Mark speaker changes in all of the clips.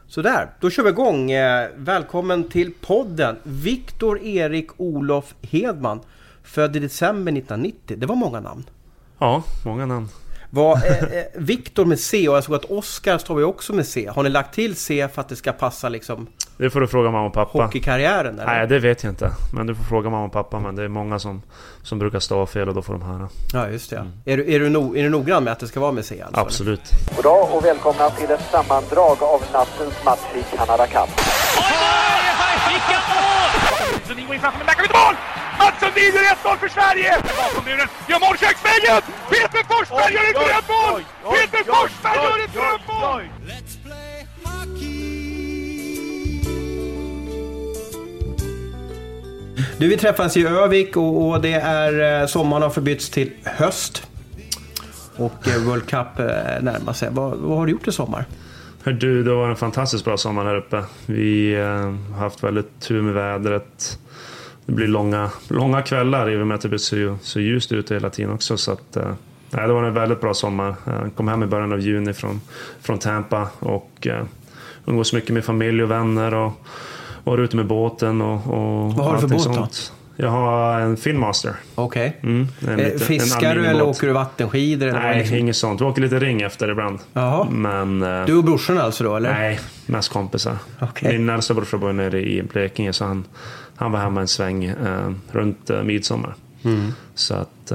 Speaker 1: Så där, då kör vi igång. Välkommen till podden. Viktor Erik Olof Hedman, född i december 1990. Det var många namn.
Speaker 2: Ja, många namn.
Speaker 1: Viktor med C, och jag såg att Oskar står ju också med C. Har ni lagt till C för att det ska passa liksom...
Speaker 2: Det får du fråga mamma och pappa.
Speaker 1: Hockeykarriären, eller?
Speaker 2: Nej, det vet jag inte. Men du får fråga mamma och pappa. Men det är många som brukar stava fel och då får de höra.
Speaker 1: Ja, just det. Är du noggrann med att det ska vara med C? Alltså,
Speaker 2: absolut.
Speaker 3: Goddag och välkomna till ett sammandrag av nattens match i Canada Cup.
Speaker 4: Vilka mål! Sundin går in framför, men där kan vi inte mål! Mats Sundin gör 1-0 för Sverige! Bakom muren, gör mål köksvägen! Peter Forsberg gör ett drömmål! Peter Forsberg gör ett drömmål!
Speaker 5: Let's play hockey.
Speaker 1: Du, vi träffas i Övik och det är sommaren har förbytts till höst. Och World Cup närmar sig. Vad har du gjort i sommar?
Speaker 2: Du, det var en fantastiskt bra sommar här uppe. Vi har haft väldigt tur med vädret. Det blir långa kvällar i och med att det blir så ljust ute hela tiden också. Så att, det var en väldigt bra sommar. Jag kom hem i början av juni från Tampa och umgås mycket med familj och vänner och var ute med båten och
Speaker 1: vad har du för båt då?
Speaker 2: Jag har en Finmaster.
Speaker 1: Okej.
Speaker 2: Fiskar
Speaker 1: du eller åker du vattenskidor? Eller
Speaker 2: nej,
Speaker 1: liksom?
Speaker 2: Inget sånt. Vi åker lite ring efter ibland.
Speaker 1: Jaha.
Speaker 2: Men,
Speaker 1: du och brorsan alltså då, eller?
Speaker 2: Nej, mest kompisar.
Speaker 1: Okay.
Speaker 2: Min äldsta brorsa bor nere i Blekinge, så han var hemma en sväng runt midsommar. Så att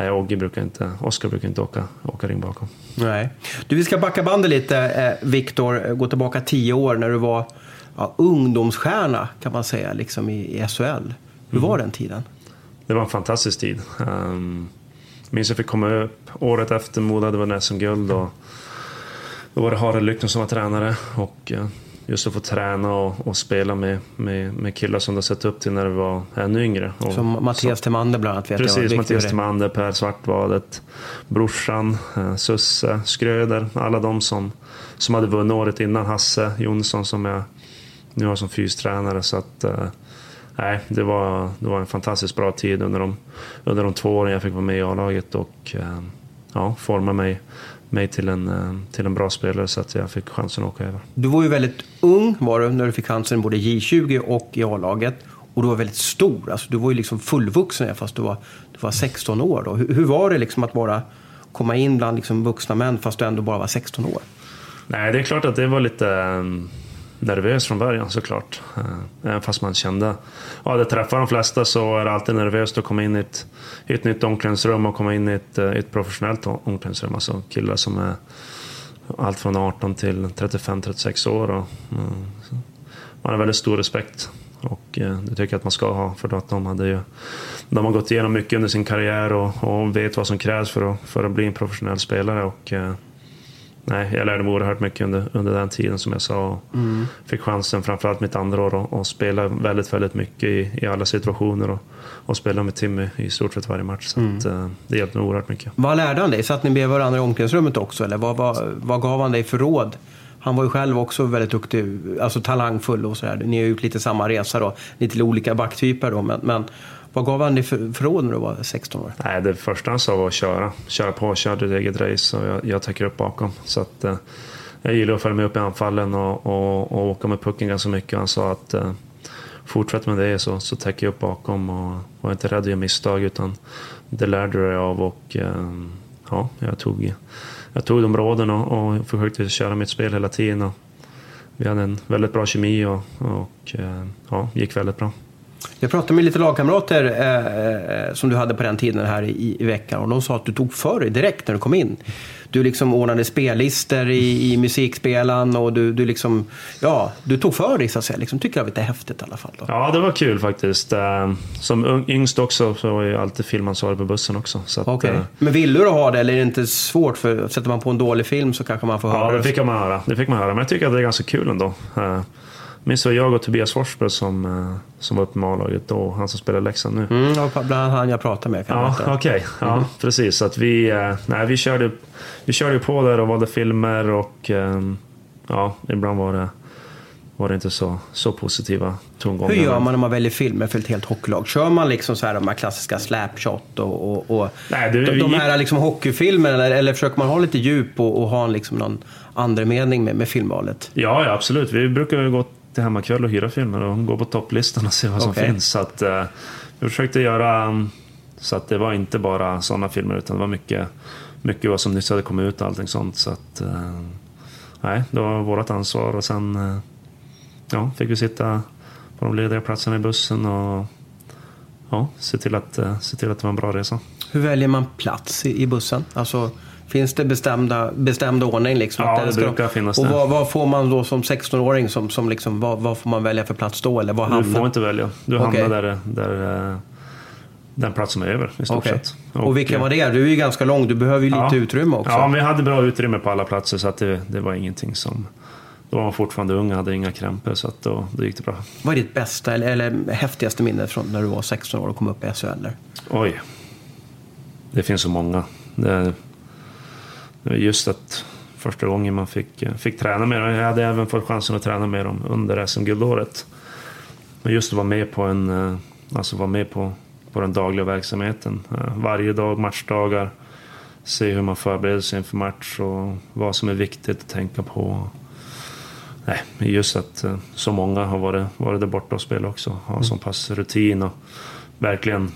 Speaker 2: Oskar brukar inte åka ring bakom.
Speaker 1: Nej. Du, vi ska backa bandet lite, Viktor. Gå tillbaka 10 år när du var ungdomsstjärna, kan man säga, liksom i SHL. Hur var den tiden? Det
Speaker 2: var en fantastisk tid. Minns jag fick komma upp året efter Moda, det var SM-guld, och då var det Harald Lyckner som var tränare, och just att få träna och spela med killar som du sett upp till när du var ännu yngre. Och
Speaker 1: som Mattias Timander bland annat, vet jag.
Speaker 2: Precis, Mattias Timander, Per Svartvadet, brorsan, Susse, Skröder, alla de som hade vunnit året innan, Hasse Jonsson som jag nu har som fystränare. Så att nej, det var en fantastiskt bra tid under de 2 åren jag fick vara med i A-laget och forma mig till en bra spelare, så att jag fick chansen att åka över. Du
Speaker 1: var ju väldigt ung när du fick chansen både i J20 och i A-laget, och du var väldigt stor. Alltså, du var ju liksom fullvuxen fast du var 16 år då. Hur var det liksom att komma in bland liksom vuxna män fast du ändå bara var 16 år? Nej, det är klart att det var lite nervös från början, såklart. Även fast man kände det träffar de flesta, så är det alltid nervöst att komma in i ett nytt omklädningsrum och komma in i ett professionellt omklädningsrum. Alltså killar som är allt från 18 till 35-36 år. Och man har väldigt stor respekt, och det tycker jag att man ska ha, för att de har gått igenom mycket under sin karriär och vet vad som krävs för att bli en professionell spelare. Och nej, jag lärde mig oerhört mycket under den tiden, som jag sa. Fick chansen, framförallt mitt andra år, att spela väldigt, väldigt mycket i alla situationer och spela med Timmy i stort sett varje match. Så att, det hjälpte mig oerhört mycket. Vad lärde han dig? Satt ni med varandra i omklädningsrummet också? Eller vad gav han dig för råd? Han var ju själv också väldigt duktig, alltså talangfull och sådär. Ni har ju gjort lite samma resa då, lite olika backtyper då, men vad gav han dig för råd när du var 16 år? Nej, det första han sa var att köra ditt eget race, och jag täcker upp bakom. Så att jag gillar att följa med upp i anfallen och åka med pucken ganska mycket. Han sa att fortsätt med det, så täcker jag upp bakom, och var inte rädd att göra misstag, utan det lärde du dig av. Och jag tog de råden och försökte köra mitt spel hela tiden. Och vi hade en väldigt bra kemi och gick väldigt bra. Jag pratade med lite lagkamrater som du hade på den tiden här i veckan, och de sa att du tog för dig direkt när du kom in. Du liksom ordnade spellister i musikspelaren, och du liksom, du tog för dig, så att säga. Liksom, tycker jag var lite häftigt i alla fall då. Ja, det var kul faktiskt. Som yngst också så var ju alltid filmansvarig på bussen också. Okej. Men vill du ha det, eller är det inte svårt, för sätter man på en dålig film så kanske man får höra? Ja, det fick man höra. Men jag tycker att det är ganska kul ändå. Minns var jag och Tobias Forsberg som var uppe med A-laget då, han som spelar Leksand nu. Bland annat han jag pratade med. Okej. Ja, precis. Så att vi körde på där och valde filmer, och ibland var
Speaker 2: var det inte så positiva tongångar.
Speaker 1: Hur gör man när man väljer filmer för ett helt hockeylag? Kör man liksom så här de här klassiska slapshot och
Speaker 2: Nej,
Speaker 1: de här liksom hockeyfilmerna, eller försöker man ha lite djup och ha liksom någon andemening med filmvalet?
Speaker 2: Ja, absolut. Vi brukar ju gå till hemmakväll och hyra filmer och gå på topplistan och se vad som finns. Så att, vi försökte göra så att det var inte bara sådana filmer, utan det var mycket vad som nyss hade kommit ut och allting sånt. Så att, nej, det var vårt ansvar. Och sen fick vi sitta på de lediga platserna i bussen och se till att det var en bra resa.
Speaker 1: Hur väljer man plats i bussen? Alltså, finns det bestämda ordning? Liksom,
Speaker 2: ja, det brukar finnas det.
Speaker 1: Och vad får man då som 16-åring? Som liksom, vad får man välja för plats då? Eller vad
Speaker 2: du får inte välja. Du hamnar där den plats som är över i stort sett.
Speaker 1: Och vilken var det? Du är ju ganska lång. Du behöver ju lite utrymme också.
Speaker 2: Ja, men vi hade bra utrymme på alla platser, så att det var ingenting som... Då var man fortfarande ung, hade inga krämpor, så att då gick det bra.
Speaker 1: Vad är ditt bästa eller häftigaste minne från när du var 16 år och kom upp i SHL?
Speaker 2: Oj. Det finns så många. Det var just att första gången man fick träna med dem. Jag hade även fått chansen att träna med dem under SM-guldåret. Men just att vara med på den dagliga verksamheten. Varje dag, matchdagar. Se hur man förbereder sig inför match och vad som är viktigt att tänka på. Nej, just att så många har varit där borta och spelat också. Har så pass rutin och verkligen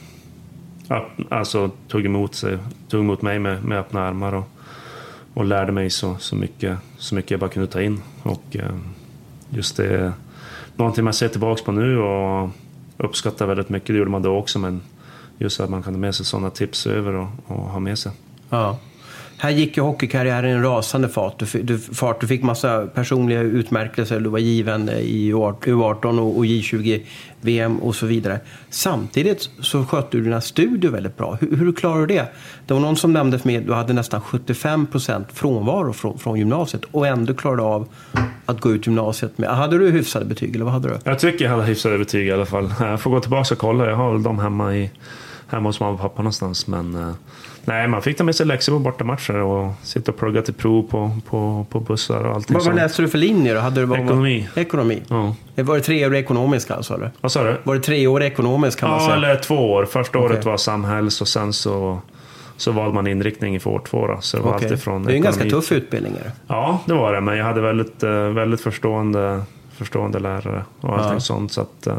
Speaker 2: tog emot mig med öppna armar och lärde mig så mycket jag bara kunde ta in. Och just det är någonting man ser tillbaka på nu och uppskattar väldigt mycket. Det gjorde man då också, men just att man kan ha med sig sådana tips över och ha med sig.
Speaker 1: Ja. Här gick ju hockeykarriären i en rasande fart. Du fick massa personliga utmärkelser. Du var given i U18 och J20 VM och så vidare. Samtidigt så skötte du dina studier väldigt bra. Hur klarar du det? Det var någon som nämnde för mig att du hade nästan 75% frånvaro från gymnasiet och ändå klarade av att gå ut gymnasiet med. Hade du hyfsade betyg eller vad hade du?
Speaker 2: Jag tycker jag hade hyfsade betyg i alla fall. Jag får gå tillbaka och kolla. Jag har väl dem hemma hos mamma och pappa någonstans, men nej, man fick ta med sig läxor på bortamatcher och sitta och plugga till prov på bussar och allting.
Speaker 1: Vad läste du för linjer då? Hade du
Speaker 2: Ekonomi.
Speaker 1: Ja. Var det 3 år ekonomiska alltså, eller?
Speaker 2: Vad sa du?
Speaker 1: Var det 3 år ekonomisk kan man säga?
Speaker 2: Ja, eller 2 år. Första året var samhälls och sen så valde man inriktning för år 2 då. Så det var allt ifrån
Speaker 1: det är en ganska tuff utbildning. Är det?
Speaker 2: Ja, det var det. Men jag hade väldigt förstående lärare och allting sånt. Så att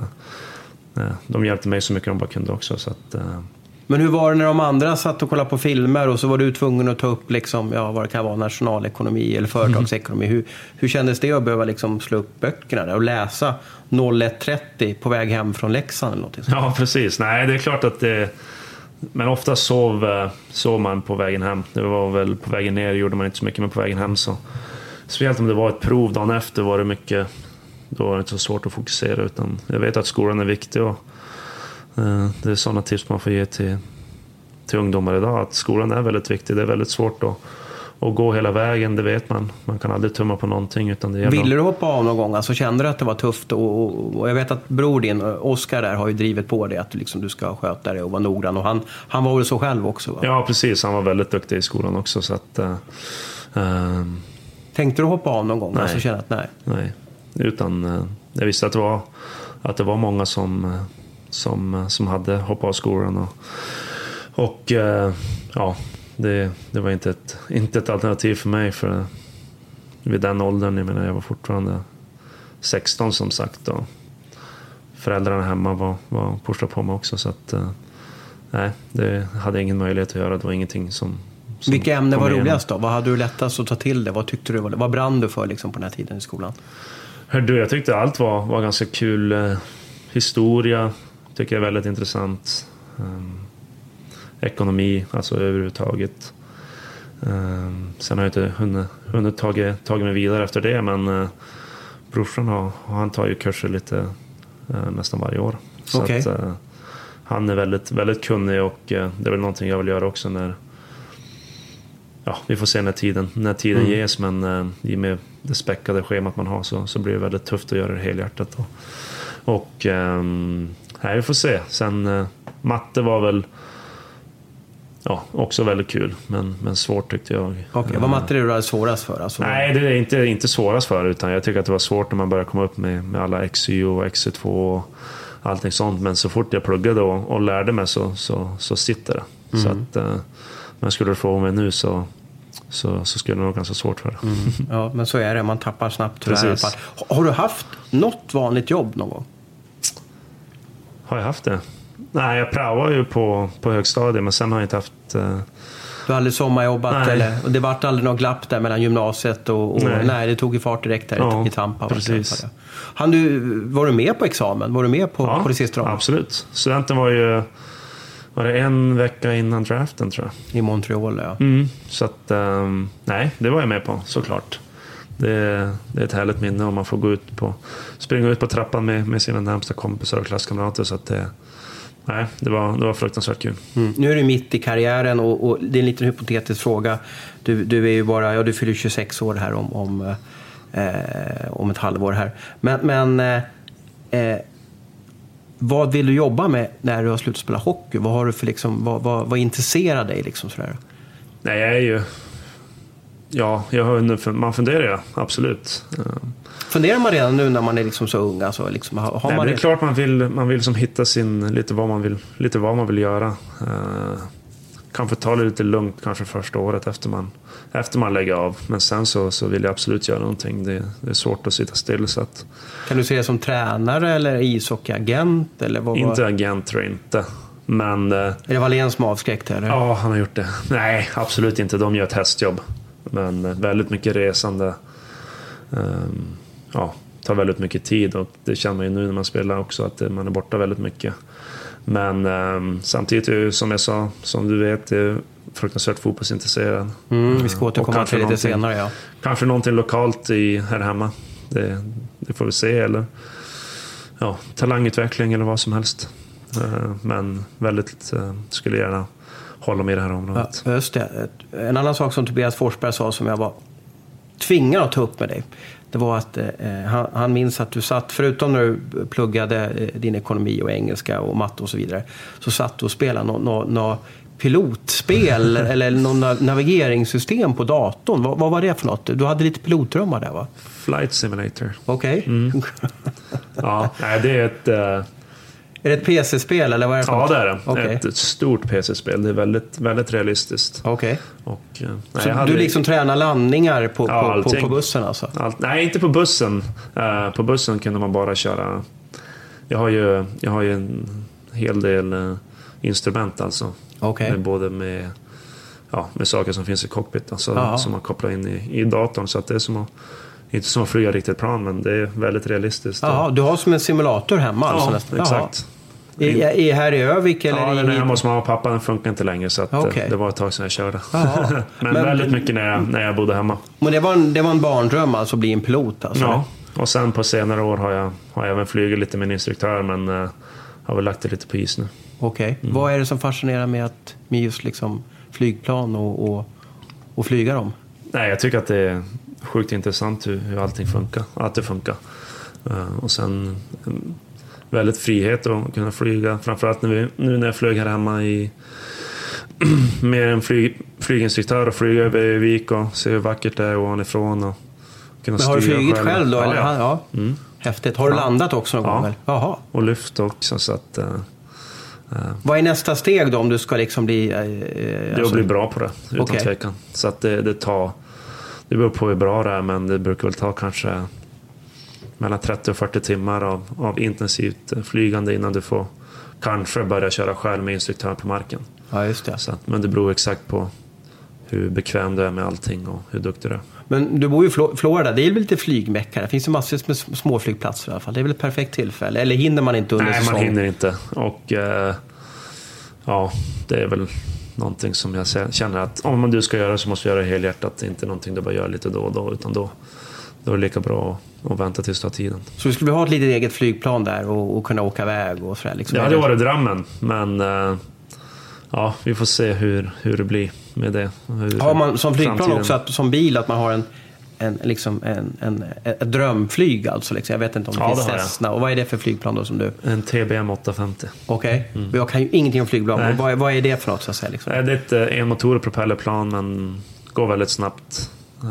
Speaker 2: de hjälpte mig så mycket de bara kunde också. Så att,
Speaker 1: men hur var det när de andra satt och kollade på filmer och så var du tvungen att ta upp liksom, vad det kan vara, nationalekonomi eller företagsekonomi. Hur kändes det att behöva liksom slå upp böckerna där och läsa 01.30 på väg hem från Leksand eller något?
Speaker 2: Ja, precis. Nej, det är klart att men ofta sov man på vägen hem. Det var väl på vägen ner gjorde man inte så mycket, men på vägen hem så speciellt om det var ett prov dagen efter var det mycket, då var det inte så svårt att fokusera, utan jag vet att skolan är viktig och det är sådana tips man får ge till ungdomar idag, att skolan är väldigt viktig. Det är väldigt svårt att gå hela vägen, det vet man. Man kan aldrig tumma på någonting, utan det gäller. Ville
Speaker 1: du hoppa av någon gång? Alltså, kände du att det var tufft? Och jag vet att bror din, Oskar där, har ju drivit på det, att du ska sköta det och vara noggrann. Och han var väl så själv också, va?
Speaker 2: Ja, precis. Han var väldigt duktig i skolan också. Så att,
Speaker 1: tänkte du hoppa av någon gång?
Speaker 2: Nej.
Speaker 1: Alltså, kände att
Speaker 2: nej. Utan jag visste att det var många som hade hoppat av skolan och det var inte ett alternativ för mig, för vid den åldern, jag var fortfarande 16 som sagt, och föräldrarna hemma var pushat på mig också, så att nej, det hade ingen möjlighet att göra. Det var ingenting som
Speaker 1: vilka ämnen var roligast då? Vad hade du lättast att ta till det? Vad tyckte du vad brann du för liksom på den här tiden i skolan?
Speaker 2: Jag tyckte allt var ganska kul. Historia tycker jag är väldigt intressant. Ekonomi, alltså överhuvudtaget. Sen har jag inte hunnit tagit mig vidare efter det, men brorsan han tar ju kurser lite nästan varje år. Så att, han är väldigt, väldigt kunnig, och det är väl någonting jag vill göra också när vi får se när tiden ges, men i och med det späckade schemat man har så blir det väldigt tufft att göra det helhjärtat och vi får se. Sen matte var väl ja, också väldigt kul, men svårt tyckte jag.
Speaker 1: Okej, vad matte är det du hade svårast för? Alltså,
Speaker 2: Nej, det är inte svårast för, utan jag tycker att det var svårt när man började komma upp med alla XY och XY2 och allting sånt. Men så fort jag pluggade och lärde mig så sitter det. Så att man skulle få mig nu så skulle det nog ganska svårt för det.
Speaker 1: Ja, men så är det. Man tappar snabbt tyvärr i alla fall. Har du haft något vanligt jobb någon gång?
Speaker 2: Har jag haft det? Nej, jag praoade ju på högstadiet, men sen har jag inte haft...
Speaker 1: Du har aldrig sommarjobbat eller? Och det var aldrig något glapp där mellan gymnasiet och nej, det tog ju fart direkt där i Tampa.
Speaker 2: Precis.
Speaker 1: Var du med på examen? Var du med på det sista dagen?
Speaker 2: Absolut. Studenten var det en vecka innan draften, tror jag.
Speaker 1: I Montreal, ja.
Speaker 2: Så att, nej, det var jag med på, såklart. Det är ett härligt minne om man får springa ut på trappan med sina närmsta kompisar och klasskamrater, så att det var fruktansvärt kul.
Speaker 1: Nu är du mitt i karriären och det är en liten hypotetisk fråga. Du är ju bara, du fyller 26 år här om ett halvår här. Men vad vill du jobba med när du har slutat spela hockey? Vad har du för liksom, vad intresserar dig liksom sådär?
Speaker 2: Nej, jag är ju... Ja, man funderar ju, absolut.
Speaker 1: Funderar man redan nu när man är liksom så ung? Alltså, liksom, har man
Speaker 2: det är klart man vill liksom hitta lite vad man vill göra. Kanske ta det lite lugnt kanske första året efter man lägger av. Men sen så vill jag absolut göra någonting. Det är svårt att sitta still. Så att...
Speaker 1: Kan du se det som tränare eller ishockeyagent? Eller
Speaker 2: inte agent, tror jag inte. Men,
Speaker 1: är det Wallén som avskräckt eller?
Speaker 2: Ja, han har gjort det. Nej, absolut inte. De gör ett hästjobb. Men väldigt mycket resande. Tar väldigt mycket tid, och det känner man ju nu när man spelar också, att man är borta väldigt mycket. Men samtidigt är ju, som jag sa, som du vet, är fruktansvärt fotbollsintresserad.
Speaker 1: Vi ska återkomma till lite senare, ja. Kanske
Speaker 2: någonting lokalt här hemma. Det får vi se, eller talangutveckling eller vad som helst. Men väldigt skulle gärna hålla med i det här området.
Speaker 1: Ja, just det. En annan sak som Tobias Forsberg sa som jag var tvingad att ta upp med dig, det var att han minns att du satt, förutom när du pluggade din ekonomi och engelska och matte och så vidare, så satt du och spelade något pilotspel eller något navigeringssystem på datorn. Vad var det för något? Du hade lite pilotdrömmar där, va?
Speaker 2: Flight Simulator.
Speaker 1: Okej.
Speaker 2: Ja, det är ett...
Speaker 1: Är det ett PC-spel eller vad är det för något?
Speaker 2: Ja, det är det.
Speaker 1: Okay.
Speaker 2: Ett stort PC-spel. Det är väldigt, väldigt realistiskt.
Speaker 1: Okej.
Speaker 2: Så
Speaker 1: du liksom tränar landningar på bussen alltså?
Speaker 2: Nej, inte på bussen. På bussen kunde man bara köra... Jag har ju en hel del instrument alltså.
Speaker 1: Okay.
Speaker 2: Både med saker som finns i cockpit, alltså, som man kopplar in i datorn, så att det är inte som att flyga riktigt plan, men det är väldigt realistiskt.
Speaker 1: Ja, du har som en simulator hemma alltså?
Speaker 2: Ja, exakt.
Speaker 1: Här i Övik? Eller
Speaker 2: den är hemma hos mamma och pappa, den funkar inte längre, så att det var ett tag sedan jag körde. men väldigt mycket när jag bodde hemma. Men
Speaker 1: det var en barndröm alltså, att bli en pilot alltså?
Speaker 2: Ja, och sen på senare år har jag även flugit lite med en instruktör, men har väl lagt det lite på is nu.
Speaker 1: Okej. Vad är det som fascinerar med just liksom flygplan och flyga dem?
Speaker 2: Nej, jag tycker att det är sjukt intressant hur allting funkar. Att det funkar. Och sen väldigt frihet att kunna flyga. Framförallt nu när jag flög här hemma med en flyginstruktör och flyga över Vik och se hur vackert det är ovanifrån. Och kunna
Speaker 1: men har du flygit själv då?
Speaker 2: Ja,
Speaker 1: eller? Ja. Häftigt. Har du landat också någon gång?
Speaker 2: Jaha. Och lyft också, så att...
Speaker 1: Vad är nästa steg då om du ska liksom bli...
Speaker 2: Det blir bra på det, utan tvekan. Så att det beror på hur bra det är, men det brukar väl ta kanske mellan 30 och 40 timmar av intensivt flygande innan du får kanske börja köra själv med instruktör på marken.
Speaker 1: Ja, just det.
Speaker 2: Så att, men det beror exakt på hur bekväm du är med allting och hur duktig du är.
Speaker 1: Men du bor ju i Florida, det är väl lite flygmäckare. Det finns ju massor med små flygplatser i alla fall. Det är väl ett perfekt tillfälle. Eller hinner man inte under säsong?
Speaker 2: Nej, man hinner inte. Och det är väl någonting som jag känner att om du ska göra så måste du göra det helhjärtat. Inte någonting du bara gör lite då och då, utan då är det lika bra att vänta tills du har tiden. Så
Speaker 1: du skulle ha ett litet eget flygplan där och kunna åka iväg och sådär? Liksom.
Speaker 2: Ja, det var det drömmen. Men vi får se hur det blir med det.
Speaker 1: Har man som flygplan också, som bil, att man har ett drömflyg alltså liksom. Jag vet inte om det finns
Speaker 2: det har
Speaker 1: Cessna. Och vad är det för flygplan då som du...
Speaker 2: En TBM 850.
Speaker 1: Okej. Jag kan ju ingenting om flygplan. Vad är det för något så att säga liksom?
Speaker 2: Det är ett enmotor och propellerplan, men går väldigt snabbt.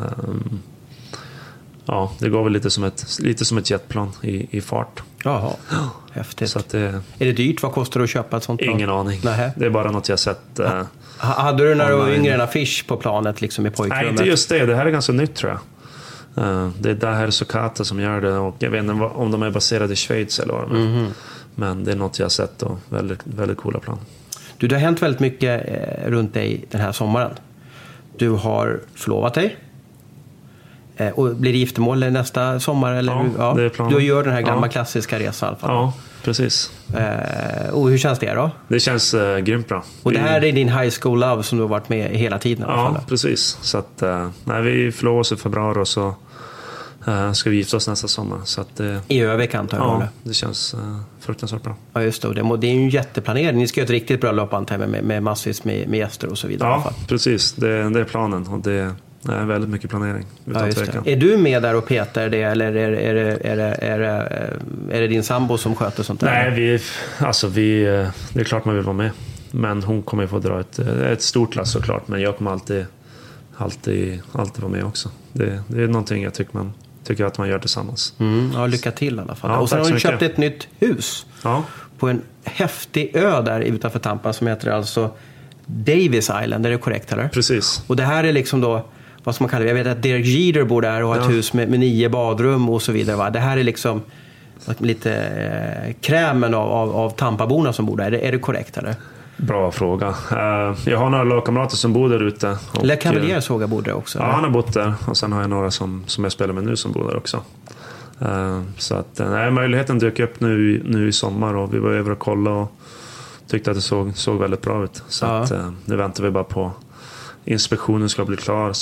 Speaker 2: Ja, det går väl lite som ett jetplan i fart.
Speaker 1: Jaha, häftigt.
Speaker 2: Så att det,
Speaker 1: är det dyrt? Vad kostar det att köpa ett sånt plan?
Speaker 2: Ingen aning.
Speaker 1: Nähä.
Speaker 2: Det är bara något jag sett.
Speaker 1: Hade du när du var yngre en affisch på planet liksom i pojkrummet?
Speaker 2: Nej, inte just det. Det här är ganska nytt tror jag. Det är Daher Socata som gör det, och jag vet inte om de är baserade i Schweiz eller vad. Men det är något jag har sett, och väldigt, väldigt coola plan.
Speaker 1: Du, det har hänt väldigt mycket runt dig den här sommaren. Du har förlovat dig. Och blir det giftermål nästa sommar? Eller
Speaker 2: ja, det är planen.
Speaker 1: Du gör den här gamla klassiska resan i alla fall.
Speaker 2: Ja, precis.
Speaker 1: Och hur känns det då?
Speaker 2: Det känns grymt bra.
Speaker 1: Och det här är din high school love som du har varit med hela tiden i alla fall?
Speaker 2: Ja, precis. Så att, vi förlovar oss i februari, och så ska vi gifta oss nästa sommar. Så att,
Speaker 1: i Övik antar jag?
Speaker 2: Ja, det känns fruktansvärt bra.
Speaker 1: Ja, just det. Det är ju en jätteplanering. Ni ska göra ett riktigt bröllop antar jag, med massvis med gäster och så vidare.
Speaker 2: Ja,
Speaker 1: i alla fall.
Speaker 2: precis. Det är planen, och det är väldigt mycket planering. Utan tvekan.
Speaker 1: Är du med där och petar det, eller är det din sambo som sköter sånt där?
Speaker 2: Nej, det är klart man vill vara med. Men hon kommer få dra ett stort lass såklart. Men jag kommer alltid vara med också. Det är någonting jag tycker att man gör tillsammans.
Speaker 1: Ja, lycka till i alla fall.
Speaker 2: Ja,
Speaker 1: och sen har du
Speaker 2: mycket.
Speaker 1: köpt ett nytt hus på en häftig ö där utanför Tampa som heter alltså Davis Island. Är det korrekt eller?
Speaker 2: Precis.
Speaker 1: Och det här är liksom då, vad ska man kalla det? Jag vet att Derek Jeter bor där och har ett hus med 9 badrum och så vidare. Va? Det här är liksom lite krämen av Tampaborna som bor där. Är det korrekt eller?
Speaker 2: Bra fråga. Jag har några lagkamrater som bor där ute.
Speaker 1: Le Cavalier såg jag bor där också.
Speaker 2: Ja, han har bott där. Och sen har jag några som jag spelar med nu som bor där också. Så att möjligheten dök upp nu i sommar, och vi var över och kollade och tyckte att det såg väldigt bra ut. Så att, nu väntar vi bara på inspektionen ska bli klar.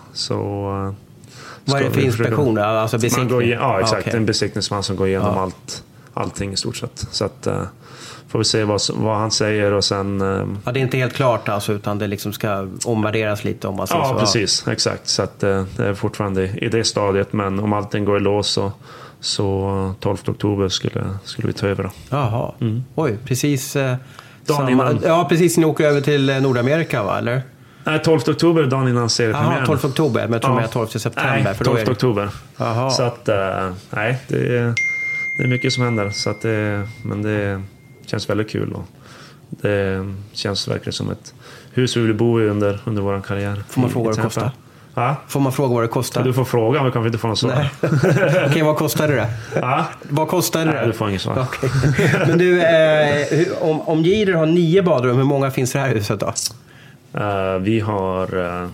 Speaker 1: Vad är det för inspektion? Alltså besiktning?
Speaker 2: Ja, exakt. En besiktningsman som går igenom allting i stort sett. Så att får vi se vad han säger, och sen...
Speaker 1: Ja, det är inte helt klart alltså, utan det liksom ska omvärderas lite om man säger så.
Speaker 2: Ja, precis. Exakt. Så att det är fortfarande i det stadiet, men om allting går i lås så 12 oktober skulle vi ta över då.
Speaker 1: Jaha. Oj, precis
Speaker 2: dagen innan.
Speaker 1: Ja, precis, ni åker över till Nordamerika va, eller?
Speaker 2: Nej, 12 oktober, dagen innan seriepremiären.
Speaker 1: Jaha, 12 oktober, men jag tror det är 12 september.
Speaker 2: Nej, 12 oktober.
Speaker 1: Jaha.
Speaker 2: Så att, det är mycket som händer. Så att men det känns väldigt kul, och det känns verkligen som ett hus vi vill bo i under vår karriär.
Speaker 1: Får man fråga vad det kostar?
Speaker 2: Ja?
Speaker 1: Får man fråga vad det kostar?
Speaker 2: Du får fråga, men kanske inte få något svar.
Speaker 1: Okej, vad kostar det?
Speaker 2: Ja?
Speaker 1: Vad kostar det?
Speaker 2: Nej, du får inget svar.
Speaker 1: Okay. Men du, om Jeter har 9 badrum, hur många finns i det här huset då?
Speaker 2: Vi har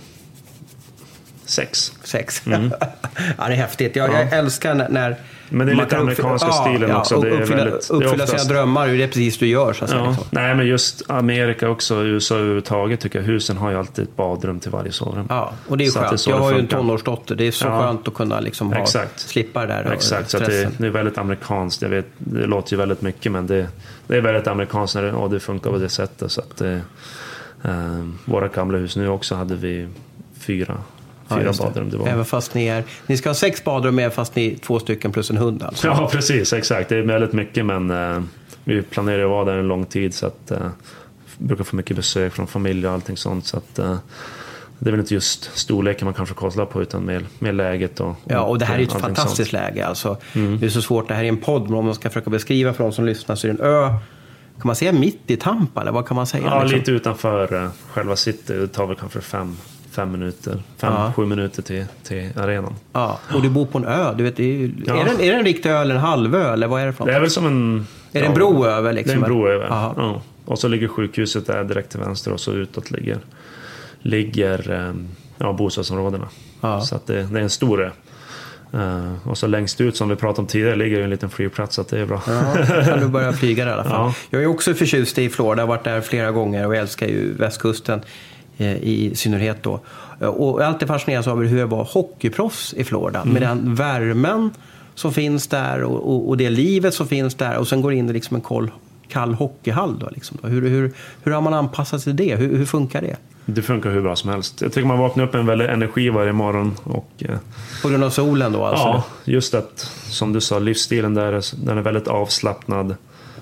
Speaker 2: 6.
Speaker 1: 6. Ja, det är häftigt. Jag älskar när
Speaker 2: men det är lite amerikanska stilen också. Det är
Speaker 1: uppfylla sina drömmar, det är precis du gör så att säga, liksom.
Speaker 2: Nej, men just Amerika också, USA överhuvudtaget tycker jag. Husen har ju alltid ett badrum till varje sovrum.
Speaker 1: Ja, och det är ju skönt. Jag har ju en tonårsdotter. Det är så skönt att kunna liksom slippa det där.
Speaker 2: Exakt, så att det är väldigt amerikanskt. Jag vet, det låter ju väldigt mycket, men det är väldigt amerikanskt när det funkar på det sättet. Så att våra gamla hus nu också hade vi 4 badrum. Det var.
Speaker 1: Även fast ni ska ha 6 badrum med, fast ni är 2 stycken plus en hund alltså.
Speaker 2: Ja, precis, exakt. Det är väldigt mycket, men vi planerar att vara där en lång tid, så att brukar få mycket besök från familj och allting sånt, så att det är väl inte just storleken man kanske kollar på, utan mer läget och
Speaker 1: det här är ett fantastiskt läge alltså. Det är så svårt, det här är en podd, men om man ska försöka beskriva för de som lyssnar, så är det en ö. Kan man säga mitt i Tampa, eller vad kan man säga?
Speaker 2: Ja, liksom? Lite utanför själva city. Det tar väl kanske 5 minuter, 7 minuter till arenan.
Speaker 1: Ja, och du bor på en ö. Du vet, är det en riktig ö eller en halvö, eller vad är det för något?
Speaker 2: Det är väl som en...
Speaker 1: Är det en bro över liksom?
Speaker 2: Det är en bro över. Ja. Och så ligger sjukhuset där direkt till vänster, och så utåt ligger bostadsområdena. Ja. Så att det är en stor ö. Och så längst ut, som vi pratade om tidigare, ligger ju en liten flygplats, så att det är bra. Ja, kan du börja flyga där i alla fall. Ja. Jag är också förtjust i Florida, jag har varit där flera gånger och jag älskar ju västkusten i synnerhet då. Och allt är fascinerande av hur jag var hockeyproffs i Florida. Med den värmen som finns där och det livet som finns där, och sen går in i liksom en
Speaker 1: iskall hockeyhall då, liksom. Hur har man anpassat sig till det? Hur funkar det?
Speaker 2: Det funkar hur bra som helst. Jag tycker man vaknar upp en väldigt energi varje morgon. Och,
Speaker 1: på grund av solen då? Alltså?
Speaker 2: Ja, just att, som du sa, livsstilen där, den är väldigt avslappnad.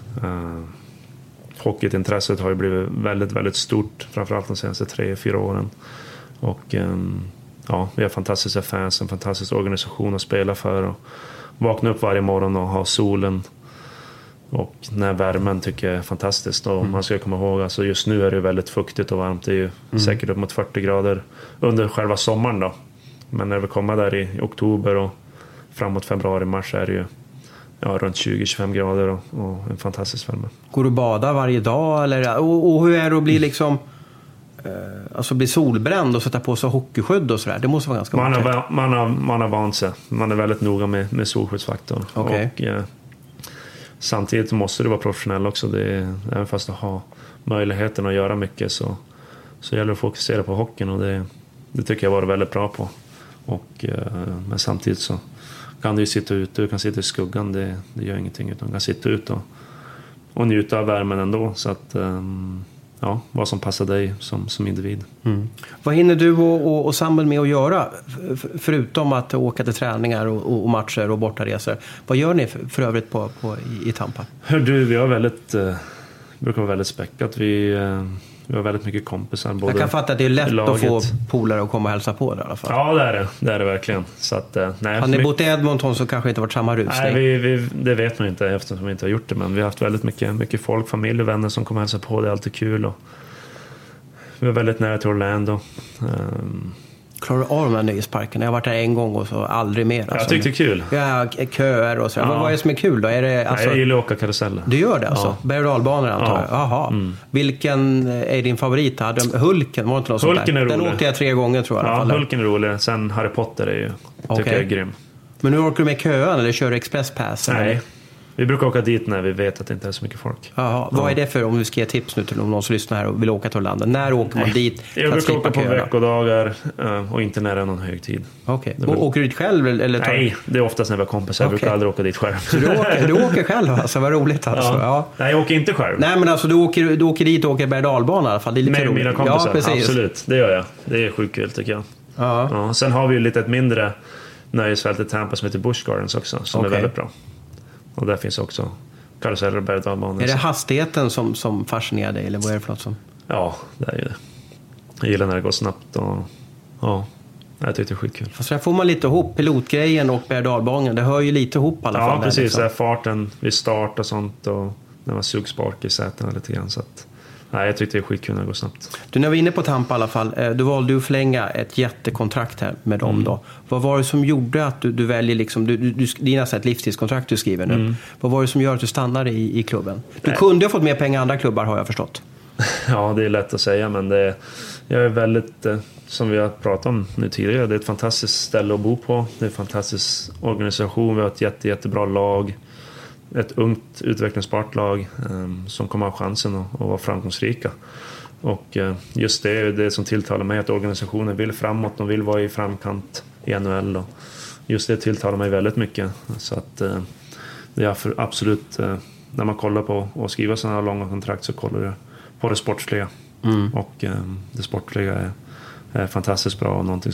Speaker 2: Hockeyintresset har ju blivit väldigt, väldigt stort, framförallt de senaste 3-4 åren. Och ja, vi har fantastiska fans, en fantastisk organisation att spela för. Och vakna upp varje morgon och ha solen. Och när värmen tycker jag är fantastiskt. Och man ska komma ihåg, alltså just nu är det väldigt fuktigt och varmt. Det är ju säkert upp mot 40 grader under själva sommaren då. Men när vi kommer där i oktober och framåt februari-mars är det ju runt 20-25 grader och en fantastisk värme.
Speaker 1: Går du bada varje dag? Eller? Och hur är det att bli liksom... alltså bli solbränd och sätta på sig hockeyskydd och sådär? Det måste vara ganska
Speaker 2: man har vant sig. Man är väldigt noga med solskyddsfaktorn.
Speaker 1: Okay.
Speaker 2: Och samtidigt måste du vara professionell också. Även fast du har möjligheten att göra mycket så gäller det att fokusera på hockeyn, och det tycker jag var väldigt bra på. Och, men samtidigt så kan du ju sitta ute, du kan sitta i skuggan, det gör ingenting, utan du kan sitta ut och njuta av värmen ändå. Så att ja, vad som passar dig som individ.
Speaker 1: Vad hinner du och Samuel med att göra förutom att åka till träningar och matcher och bortaresor? Vad gör ni för övrigt i Tampa?
Speaker 2: Vi brukar vara väldigt späckat. Vi har väldigt mycket kompisar.
Speaker 1: Jag kan fatta att det är lätt att få polare att komma och hälsa på det i alla fall.
Speaker 2: Ja, det är det verkligen. Så att, nej,
Speaker 1: har ni bott i Edmonton så kanske inte varit samma rusning.
Speaker 2: Nej, det vet man inte eftersom vi inte har gjort det. Men vi har haft väldigt mycket folk, familj och vänner som kommer och hälsa på. Det är alltid kul. Och vi är väldigt nära till Orlando.
Speaker 1: Klarar du av de här nöjesparken? Jag har varit där en gång och så aldrig mer. Alltså.
Speaker 2: Jag tyckte det är kul.
Speaker 1: Ja, köer och så. Vad är det som är kul då? Är det, alltså...
Speaker 2: Nej, jag gillar att åka karuseller.
Speaker 1: Du gör det alltså? Ja. Berg- och dalbanor antar jag. Jaha. Vilken är din favorit? Hulken? Var inte något
Speaker 2: Hulken är rolig.
Speaker 1: Den åkte jag 3 gånger tror jag.
Speaker 2: Ja, Hulken är rolig. Sen Harry Potter är ju, tycker jag är grym.
Speaker 1: Men nu åker du med köan eller kör du expresspass?
Speaker 2: Nej.
Speaker 1: Eller?
Speaker 2: Vi brukar åka dit när vi vet att det inte är så mycket folk.
Speaker 1: Jaha. Vad är det för, om du ska ge tips nu till någon som lyssnar här och vill åka till Orlando? När åker man dit?
Speaker 2: Jag brukar åka på veckodagar och inte när det är någon högtid.
Speaker 1: Okej. Åker du dit själv? Eller
Speaker 2: Nej, det är oftast när vi har kompisar. Jag brukar aldrig åka dit själv.
Speaker 1: Så du åker själv alltså? Vad roligt alltså. Ja.
Speaker 2: Nej, jag åker inte själv.
Speaker 1: Nej, men alltså du åker dit och åker berg- och dalbana i alla fall. Det är lite
Speaker 2: med
Speaker 1: roligt.
Speaker 2: Mina kompisar,
Speaker 1: ja, precis.
Speaker 2: Absolut. Det gör jag. Det är sjukt kul tycker jag.
Speaker 1: Ja.
Speaker 2: Sen har vi ju lite ett mindre nöjesfält i Tampa som heter Busch Gardens också. Som är väldigt bra. Och där finns också karuseller och berg- och dalbanor.
Speaker 1: Är det hastigheten som fascinerar dig? Eller vad är det för något som...
Speaker 2: Ja, det är ju det. Jag gillar när det går snabbt och ja, jag tycker det är skitkul.
Speaker 1: Fast där får man lite ihop pilotgrejen och berg- och dalbanan. Det hör ju lite ihop i alla fall.
Speaker 2: Ja, precis.
Speaker 1: Liksom.
Speaker 2: Där, farten vid start och sånt och när man suger spark i sätena lite grann. Så att, nej, jag tyckte det är skitkul när det går snabbt.
Speaker 1: Du, när vi är inne på Tampa i alla fall, du valde att förlänga ett jättekontrakt här med dem då. Vad var det som gjorde att du väljer liksom, det är nästan ett livstidskontrakt du skriver nu. Vad var det som gör att du stannade i klubben? Du kunde ha fått mer pengar än andra klubbar har jag förstått. Ja,
Speaker 2: det är lätt att säga, men jag är väldigt, som vi har pratat om nu tidigare, det är ett fantastiskt ställe att bo på. Det är en fantastisk organisation, vi har ett jättebra lag. Ett ungt utvecklingsbart lag som kommer ha chansen att vara framgångsrika. Och just det är det som tilltalar mig, att organisationen vill framåt, de vill vara i framkant i NHL. Och just det tilltalar mig väldigt mycket. Så att det är absolut, när man kollar på och skriver sådana här långa kontrakt så kollar du på det sportsliga. Och det sportsliga är fantastiskt bra och någonting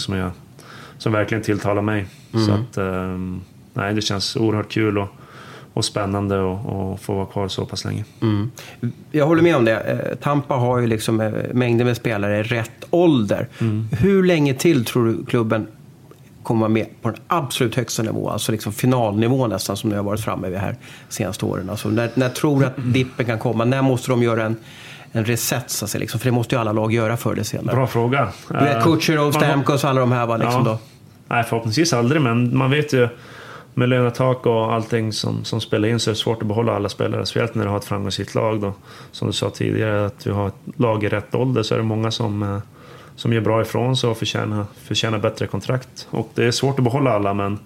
Speaker 2: som verkligen tilltalar mig. Så att nej, det känns oerhört kul och spännande att få vara kvar så pass länge.
Speaker 1: Jag håller med om det. Tampa har ju liksom mängder med spelare i rätt ålder. Hur länge till tror du klubben kommer med på den absolut högsta nivå, alltså liksom finalnivå nästan, som ni har varit framme vid här senaste åren? Alltså när tror du att dippen kan komma? När måste de göra en reset, så att säga, liksom? För det måste ju alla lag göra förr eller senare.
Speaker 2: Bra fråga.
Speaker 1: Du vet, Kucherov, Stamkos och alla de här var liksom då.
Speaker 2: Nej, förhoppningsvis aldrig, men man vet ju med lönetak och allting som spelar in så är det svårt att behålla alla spelare. Speciellt när du har ett framgångsrikt lag då. Som du sa tidigare, att vi har ett lag i rätt ålder, så är det många som gör bra ifrån sig och förtjänar bättre kontrakt. Och det är svårt att behålla alla, men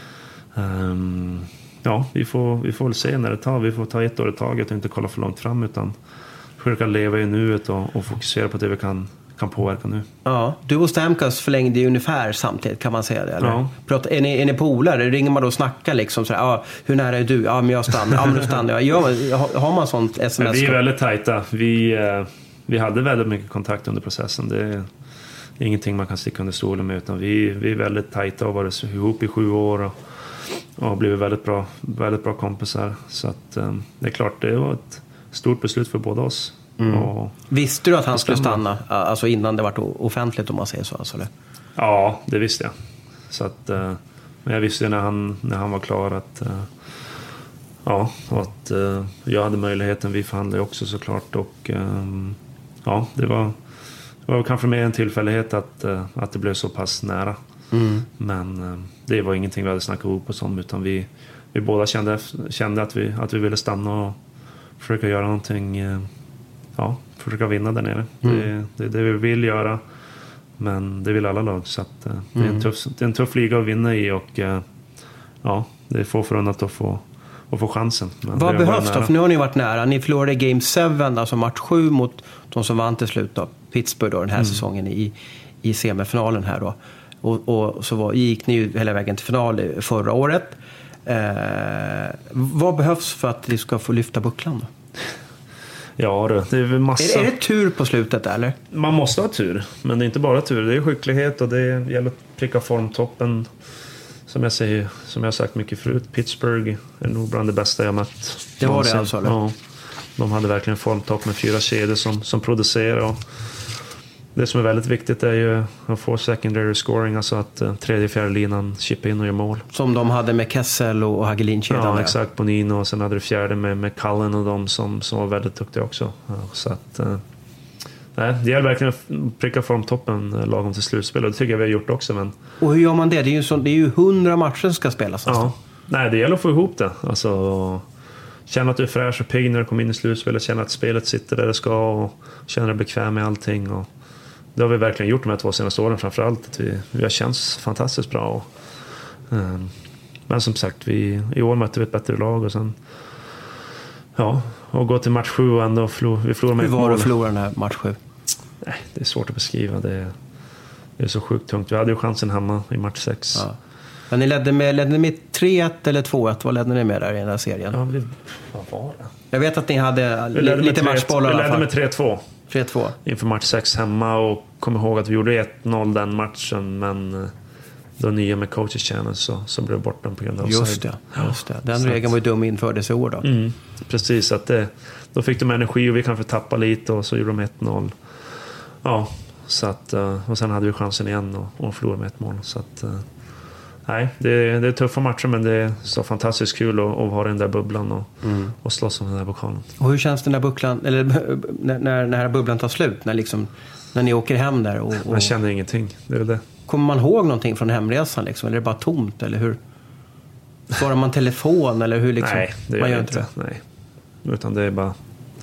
Speaker 2: ja, vi får väl se när det tar. Vi får ta ett år i taget och inte kolla för långt fram, utan försöka leva i nuet och fokusera på det vi kan påverka nu.
Speaker 1: Ja, du och Stamkos förlängde ju ungefär samtidigt, kan man säga det, eller?
Speaker 2: Ja.
Speaker 1: Är ni polare? Ringer man då och snackar liksom så här, hur nära är du? Ja, men jag stannar. Ja, men du stannar. Har man sånt sms?
Speaker 2: Men vi är väldigt tajta. Vi hade väldigt mycket kontakt under processen. Det är ingenting man kan sticka under stolen med, utan vi är väldigt tajta och varit ihop i 7 år och har blivit väldigt bra kompisar. Så att det är klart, det var ett stort beslut för båda oss. Och
Speaker 1: visste du att han skulle stanna, alltså innan det var offentligt, om man säger så? Alltså, eller?
Speaker 2: Ja, det visste jag. Så att, men jag visste när han var klar att att jag hade möjligheten. Vi förhandlade också såklart, och det var kanske mer en tillfällighet att det blev så pass nära. Men det var ingenting vi hade snackat ihop och sånt, utan vi båda kände att vi ville stanna och försöka göra någonting, försöka vinna där nere. Det är det vi vill göra, men det vill alla lag, så att det är en tuff liga att vinna i, och det är få förunnat att få chansen. Men
Speaker 1: vad behövs då? För nu har ni varit nära. Ni förlorade Game 7, alltså match 7 mot de som vann till slut då, Pittsburgh då, den här säsongen i semifinalen här då. Och så gick ni ju hela vägen till final förra året. Vad behövs för att ni ska få lyfta bucklan då?
Speaker 2: Ja, det är massa.
Speaker 1: Är det tur på slutet, eller?
Speaker 2: Man måste ha tur, men det är inte bara tur. Det är skicklighet, och det gäller att pricka formtoppen. Som jag har sagt mycket förut, Pittsburgh är nog bland det bästa jag mött.
Speaker 1: Det var det alltså, eller?
Speaker 2: Ja, de hade verkligen formtopp med 4 kedjor som producerar. Och det som är väldigt viktigt är ju att få secondary scoring, alltså att tredje och fjärde linan chippar in och gör mål. Som
Speaker 1: de hade med Kessel och Hagelin-kedjan.
Speaker 2: Ja, exakt, Bonino, och sen hade du fjärde med Cullen och de som var väldigt duktiga också. Ja, så att det gäller verkligen att pricka formtoppen lagom till slutspel, och det tycker jag vi har gjort också. Men
Speaker 1: och hur gör man det? Det är ju 100 matcher som ska spelas.
Speaker 2: Ja. Nej, det gäller att få ihop det. Alltså, känna att du är fräsch och pigg när du kommer in i slutspelet, känna att spelet sitter där det ska, och känna dig bekväm med allting. Och det har vi verkligen gjort de här 2 senaste åren, framförallt att vi har känts fantastiskt bra. Och, men som sagt, i år mötte vi ett bättre lag, och sen och gå till match 7 och ändå vi förlorade med ett mål.
Speaker 1: Hur var det att förlora den här match 7?
Speaker 2: Nej, det är svårt att beskriva. Det är så sjukt tungt. Vi hade ju chansen hemma i match 6.
Speaker 1: Ja. Men ni ledde med 3-1 eller 2-1? Vad ledde ni med där i den här serien?
Speaker 2: Ja, vad var det?
Speaker 1: Jag vet att ni hade lite matchbollar.
Speaker 2: Vi ledde med 3-2.
Speaker 1: 3-2.
Speaker 2: Inför match 6 hemma, och kom ihåg att vi gjorde 1-0 den matchen, men då nya med coaches channel så blev det borta på grund av
Speaker 1: offside. Just det. Den regeln var ju dum infördes i år då.
Speaker 2: Precis, att då fick de energi och vi kanske tappa lite, och så gjorde de 1-0. Ja, så att, och sen hade vi chansen igen och förlorade med 1 mål. Så att, nej, det är tuffa matcher, men det är så fantastiskt kul att vara i den där bubblan och slåss om den där pokalen.
Speaker 1: Och hur känns den där bubblan, eller när bubblan tar slut, när ni åker hem där? Och
Speaker 2: man känner ingenting, det är väl det.
Speaker 1: Kommer man ihåg någonting från hemresan liksom, eller är det bara tomt, eller hur? Svarar man telefon, eller hur liksom?
Speaker 2: Nej, det gör man inte. Det. Nej. Utan det är bara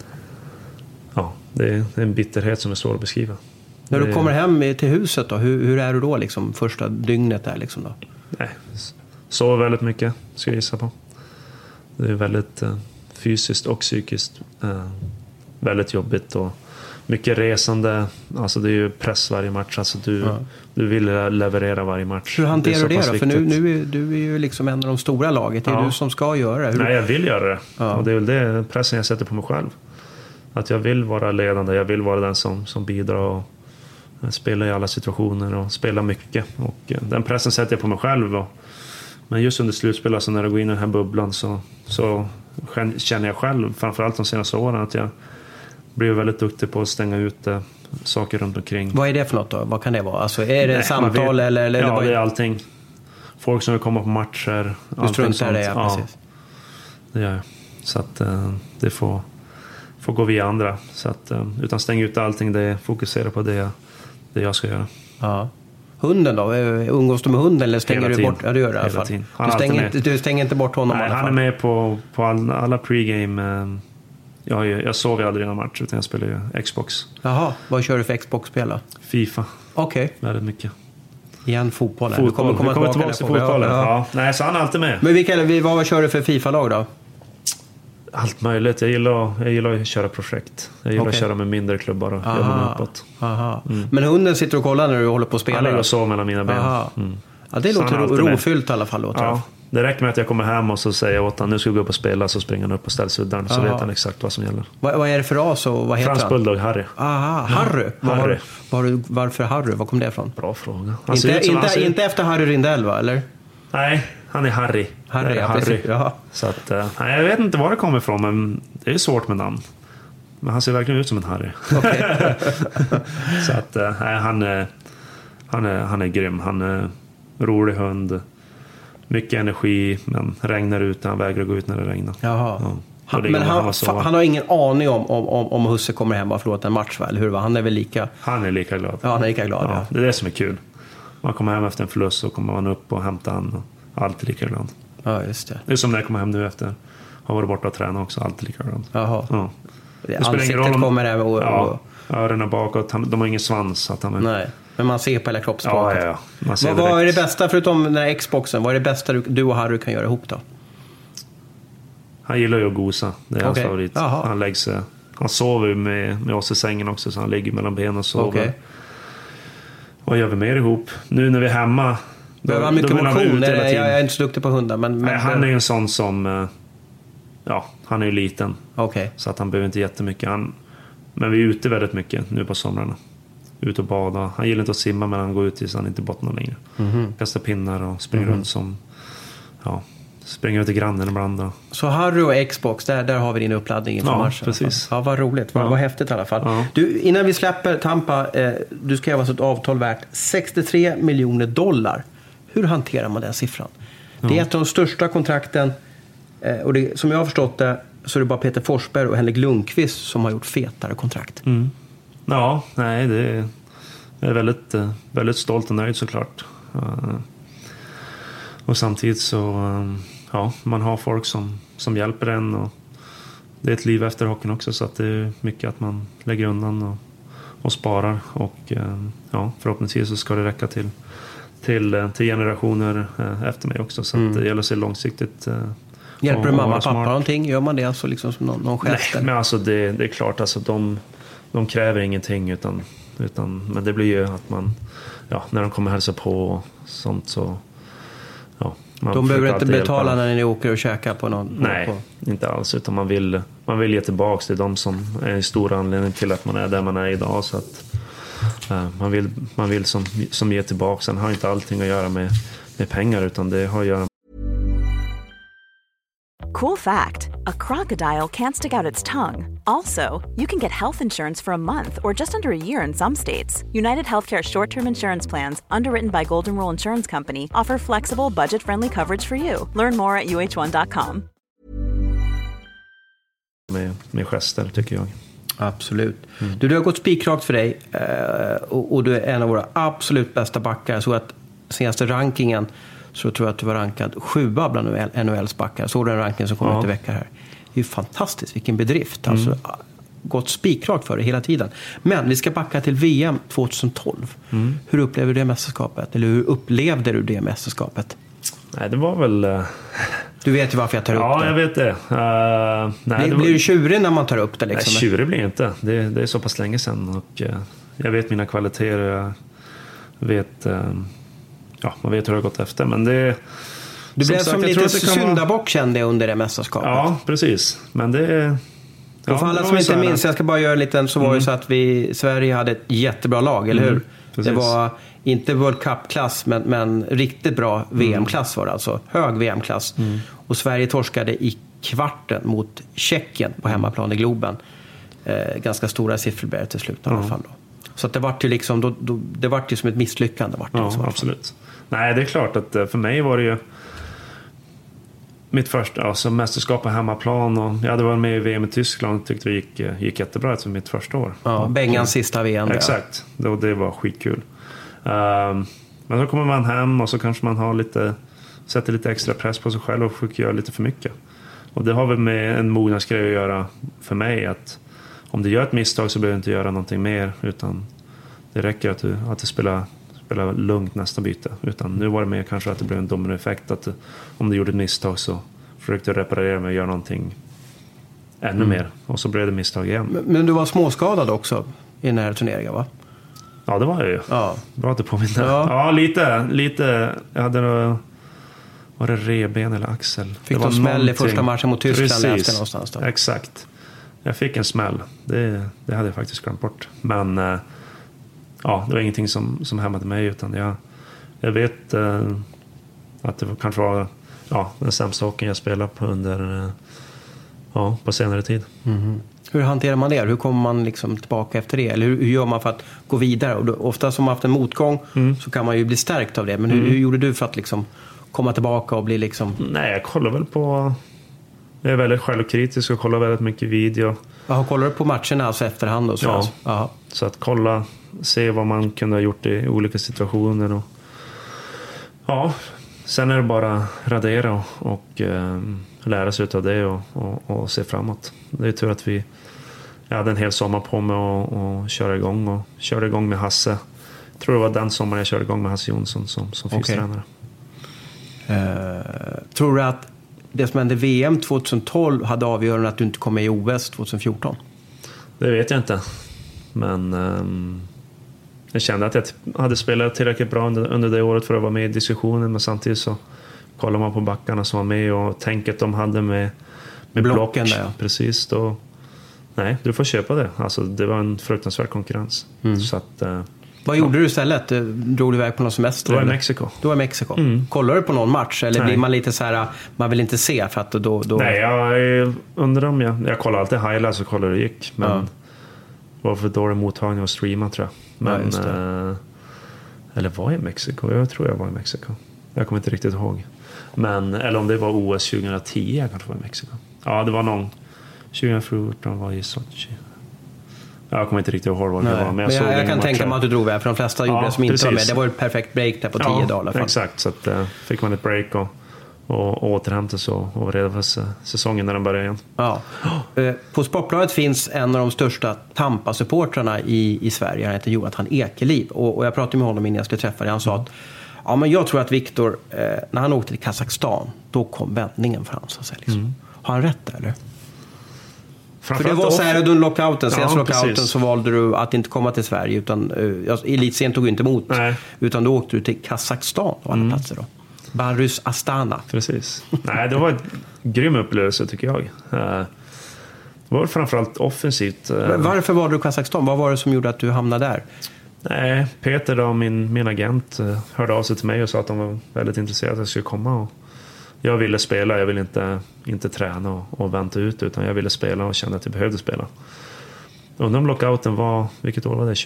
Speaker 2: det är en bitterhet som är svår att beskriva.
Speaker 1: När du kommer hem till huset då, hur är du då liksom första dygnet där liksom då?
Speaker 2: Nej, sover väldigt mycket, ska jag gissa på. Det är väldigt fysiskt och psykiskt väldigt jobbigt, och mycket resande. Alltså det är ju press varje match, alltså du vill leverera varje match.
Speaker 1: Hur hanterar du det då? För nu är du är ju liksom en av de stora laget. Det är du som ska göra det.
Speaker 2: Nej, jag vill göra det. Ja. Och det är väl det pressen jag sätter på mig själv. Att jag vill vara ledande, jag vill vara den som bidrar och spelar i alla situationer och spelar mycket. Och den pressen sätter jag på mig själv. Men just under slutspel, alltså när jag går in i den här bubblan, så känner jag själv, framförallt de senaste åren, att jag blir väldigt duktig på att stänga ut saker runt omkring.
Speaker 1: Vad är det för något då? Vad kan det vara? Alltså, är det samtal eller
Speaker 2: ja,
Speaker 1: vad?
Speaker 2: Det är allting. Folk som vill komma på matcher.
Speaker 1: Du struntar det, ja, precis.
Speaker 2: Det gör jag. Så att det får gå via andra. Så att, utan stänga ut allting, det fokuserar på det jag ska göra. Ja.
Speaker 1: Hunden då? Umgås du med hunden eller stänger du bort? Ja, du gör det i alla fall. Du stänger inte bort honom.
Speaker 2: Nej, han är med på alla pregame. Jag sover aldrig i någon match, utan jag spelar ju Xbox.
Speaker 1: Jaha, vad kör du för Xbox-spel då?
Speaker 2: FIFA.
Speaker 1: Okej.
Speaker 2: Väldigt mycket.
Speaker 1: Igen fotboll.
Speaker 2: Vi kommer tillbaka till fotbollen. Ja. Nej, så han är alltid med.
Speaker 1: Men vad kör du för FIFA-lag då?
Speaker 2: Allt möjligt. Jag gillar att köra projekt. Jag gillar att köra med mindre klubbar och jobba mig uppåt.
Speaker 1: Men hunden sitter och kollar när du håller på att spela?
Speaker 2: Han ligger och sover mellan mina ben.
Speaker 1: Ja, det låter rofyllt i alla fall.
Speaker 2: Ja, det räcker med att jag kommer hem och så säger jag åt honom, nu ska vi gå upp och spela, så springer han upp och ställer sig uddaren. Så vet han exakt vad som gäller.
Speaker 1: Vad är det för ras och vad heter
Speaker 2: Frans
Speaker 1: han?
Speaker 2: Bulldog, Harry.
Speaker 1: Harry?
Speaker 2: Harry.
Speaker 1: Varför Harry? Var kom det ifrån?
Speaker 2: Bra fråga.
Speaker 1: Inte efter Harry Rindell, va? Eller?
Speaker 2: Nej, han är Harry.
Speaker 1: Harry. Ja.
Speaker 2: Så att, nej, jag vet inte var det kommer ifrån, men det är svårt med namn. Men han ser verkligen ut som en Harry.
Speaker 1: Okay.
Speaker 2: Så att, nej, han är grym. Han är rolig hund. Mycket energi, men regnar ute. Han vägrar gå ut när det regnar.
Speaker 1: Jaha. Ja. Men han har ingen aning om Husse kommer hem och förlorat en match, va? Eller hur? Han är väl lika...
Speaker 2: Han är lika glad.
Speaker 1: Ja, han är lika glad.
Speaker 2: Ja. Det är det som är kul. Man kommer hem efter en förlust så kommer man upp och hämtar han. Och alltid lika glad.
Speaker 1: Ja, just det.
Speaker 2: Det är som när jag kommer hem nu efter. Har varit borta och tränat också. Alltid lika glad.
Speaker 1: Jaha.
Speaker 2: Ja.
Speaker 1: Ansiktet kommer där och...
Speaker 2: Öronen bakåt. De har ingen svans. Så att
Speaker 1: Nej, men man ser på hela kroppsspråket.
Speaker 2: Ja. Man ser
Speaker 1: vad är det bästa, förutom den här Xboxen, vad är det bästa du och Harry kan göra ihop då?
Speaker 2: Han gillar ju att gosa. Det är hans favorit.
Speaker 1: Jaha.
Speaker 2: Han lägger sig. Han sover med oss i sängen också. Så han ligger mellan benen och sover.
Speaker 1: Okay.
Speaker 2: Vad gör vi mer ihop? Nu när vi är hemma.
Speaker 1: Behöver han mycket motion? Jag är inte så duktig på hundar.
Speaker 2: Nej, han är ju en sån som... Ja, han är ju liten.
Speaker 1: Okay.
Speaker 2: Så att han behöver inte jättemycket. Men vi är ute väldigt mycket nu på somrarna. Ut och bada. Han gillar inte att simma, men han går ut tills han inte bottnar längre. Kastar pinnar och springer runt som... Ja, springer ut till grannen ibland. Då.
Speaker 1: Så Harry och Xbox, där har vi din uppladdning inför matchen.
Speaker 2: Precis.
Speaker 1: Ja, vad roligt. Vad häftigt i alla fall. Ja. Du, innan vi släpper Tampa, du skrev alltså ett avtal värt $63 miljoner. Hur hanterar man den siffran? Det är ett av de största kontrakten, och det, som jag har förstått det, så är det bara Peter Forsberg och Henrik Lundqvist som har gjort fetare kontrakt.
Speaker 2: Ja, nej, det är väldigt, väldigt stolt och nöjd såklart. Och samtidigt så, man har folk som hjälper en, och det är ett liv efter hockeyn också, så att det är mycket att man lägger undan och sparar, och förhoppningsvis så ska det räcka till generationer efter mig också, så att det gäller att se långsiktigt.
Speaker 1: Hjälper du mamma och pappa någonting? Gör man det alltså liksom som någon gest?
Speaker 2: Nej, men alltså det är klart, alltså de kräver ingenting, utan men det blir ju att man, när de kommer hälsa på och sånt, så de
Speaker 1: behöver inte betala när ni åker och käkar på någon?
Speaker 2: Nej, inte alls, utan man vill ge tillbaka till de som är en stor anledning till att man är där man är idag, så att man vill som ger tillbaka. Sen har inte allting att göra med pengar, utan det har att göra.
Speaker 6: Cool fact, a crocodile can't stick out its tongue. Also, you can get health insurance for a month or just under a year in some states. United Healthcare short-term insurance plans, underwritten by Golden Rule Insurance Company, offer flexible, budget-friendly coverage for you. Learn more at uh1.com.
Speaker 2: Med gester, tycker jag.
Speaker 1: Absolut. Du har gått spikrakt för dig, och du är en av våra absolut bästa backar. Så att senaste rankingen, så tror jag att du var rankad 7 bland NHLs backar. Så den rankingen som kommer ut i veckan här. Det är ju fantastiskt, vilken bedrift. Alltså, gått spikrakt för det hela tiden. Men vi ska backa till VM 2012. Hur upplever du det mästerskapet? Eller hur upplevde du det mästerskapet?
Speaker 2: Nej, det var väl...
Speaker 1: Du vet ju varför jag tar upp det.
Speaker 2: Ja, jag vet det.
Speaker 1: Blir du tjurig när man tar upp det? Liksom?
Speaker 2: Nej, tjurig blir jag inte. Det är så pass länge sedan. Och jag vet mina kvaliteter. Jag vet... man vet hur det har gått efter. Men det...
Speaker 1: Du blev som lite syndabock, kände jag, under det mästerskapet.
Speaker 2: Ja, precis. Men det...
Speaker 1: Och för alla som inte minns, jag ska bara göra lite, så var det så att Sverige hade ett jättebra lag, eller hur?
Speaker 2: Precis.
Speaker 1: Det var inte World Cup-klass, men riktigt bra VM-klass var det alltså. Hög VM-klass. Och Sverige torskade i kvarten mot Tjeckien på hemmaplan i Globen. Ganska stora siffror till slut i alla fall då. Så att det var ju liksom, det var ju som ett misslyckande.
Speaker 2: Liksom, absolut. Nej, det är klart att för mig var det ju mitt första mästerskap på hemmaplan, och jag hade varit med i VM i Tyskland och tyckte det gick jättebra för mitt första år.
Speaker 1: Ja, Bengans sista VM.
Speaker 2: Exakt, det var skitkul. Men så kommer man hem och så kanske man sätter lite extra press på sig själv och får göra lite för mycket. Och det har väl med en mognadsgrej att göra för mig, att om du gör ett misstag så behöver du inte göra någonting mer, utan det räcker att du spelar lugnt nästa byte. Utan nu var det mer kanske att det blev en dominoeffekt, att om du gjorde ett misstag så försökte du reparera med att göra någonting ännu mer. Och så blev det misstag igen.
Speaker 1: Men du var småskadad också i den här turneringen, va?
Speaker 2: Ja, det var jag ju.
Speaker 1: Ja.
Speaker 2: Bra att du påminner.
Speaker 1: Ja.
Speaker 2: Ja, lite. Jag hade var det reben eller axel?
Speaker 1: Fick
Speaker 2: det var
Speaker 1: du smäll
Speaker 2: någonting.
Speaker 1: i första matchen mot Tyskland
Speaker 2: Precis.
Speaker 1: efter någonstans då?
Speaker 2: Exakt. Jag fick en smäll. Det hade jag faktiskt glömt bort. Men ja, det var ingenting som hämmade mig, utan jag vet att det kanske var den sämsta hockeyn jag spelat på på senare tid.
Speaker 1: Mm. Hur hanterar man det? Hur kommer man liksom tillbaka efter det? Eller hur gör man för att gå vidare? Och ofta som man haft en motgång så kan man ju bli stärkt av det. Men hur gjorde du för att liksom komma tillbaka och bli liksom...
Speaker 2: Nej, jag kollar väl på... Jag är väldigt självkritisk och kollar väldigt mycket video.
Speaker 1: Jaha, kollar du på matcherna alltså efterhand? Och så?
Speaker 2: Ja,
Speaker 1: alltså?
Speaker 2: så att se vad man kunde ha gjort i olika situationer. Och, sen är det bara radera och lära sig av det och se framåt. Det är tur att jag hade en hel sommar på mig och köra igång. Och körde igång med Hasse. Jag tror det var den sommaren jag körde igång med Hasse Jonsson som fystränare.
Speaker 1: Tror du att det som hände VM 2012 hade avgörande att du inte kom med i OS 2014?
Speaker 2: Det vet jag inte. Men jag kände att jag hade spelat tillräckligt bra under det året för att vara med i diskussionen. Men samtidigt så kollar man på backarna som var med och tänket de hade med
Speaker 1: blocken
Speaker 2: block.
Speaker 1: där, ja.
Speaker 2: Precis då. Nej, du får köpa det. Alltså, det var en fruktansvärd konkurrens. Så att,
Speaker 1: vad gjorde du istället? Drog du iväg på någon semester?
Speaker 2: Det var i Mexiko.
Speaker 1: Du var i Mexiko. Kollar du på någon match? Eller blir man lite så här, man vill inte se för att då...
Speaker 2: Nej, jag undrar om jag kollar alltid highlights och kollar hur det gick. Men det var för dålig mottagning och streama, tror jag. Men, eller var jag i Mexiko? Jag tror jag var i Mexiko. Jag kommer inte riktigt ihåg. Men, eller om det var OS 2010 jag kanske var i Mexiko. Ja, det var någon 2014 var i Sochi. Jag kommer inte riktigt ihåg vad det var. Men jag
Speaker 1: kan tänka mig att du drog iväg, för de flesta gjorde det som inte var med. Det var ett perfekt break där på 10 dagar i alla fall.
Speaker 2: Exakt, så att, fick man ett break och återhämta sig och var redo för säsongen när den började igen.
Speaker 1: Ja. På Sportbladet finns en av de största Tampa-supportrarna i Sverige. Han heter Jonathan Ekeliv. Och jag pratade med honom innan jag skulle träffa dig. Han sa att men jag tror att Viktor, när han åkte till Kazakstan, då kom vändningen för hans. Liksom. Har han rätt där, eller? För det var så här under lockouten, senast lockouten så valde du att inte komma till Sverige, utan elitserien tog inte emot. Nej. Utan då åkte du till Kazakstan och alla platser då. Barus Astana.
Speaker 2: Precis. Nej, det var en grym upplevelse, tycker jag. Det var framförallt offensivt.
Speaker 1: Varför valde du Kazakstan? Vad var det som gjorde att du hamnade där?
Speaker 2: Nej, Peter och min agent hörde av sig till mig och sa att de var väldigt intresserade att jag skulle komma. Och jag ville spela, jag ville inte träna och vänta ut, utan jag ville spela och kände att jag behövde spela. Undrar om lockouten var, vilket år var det?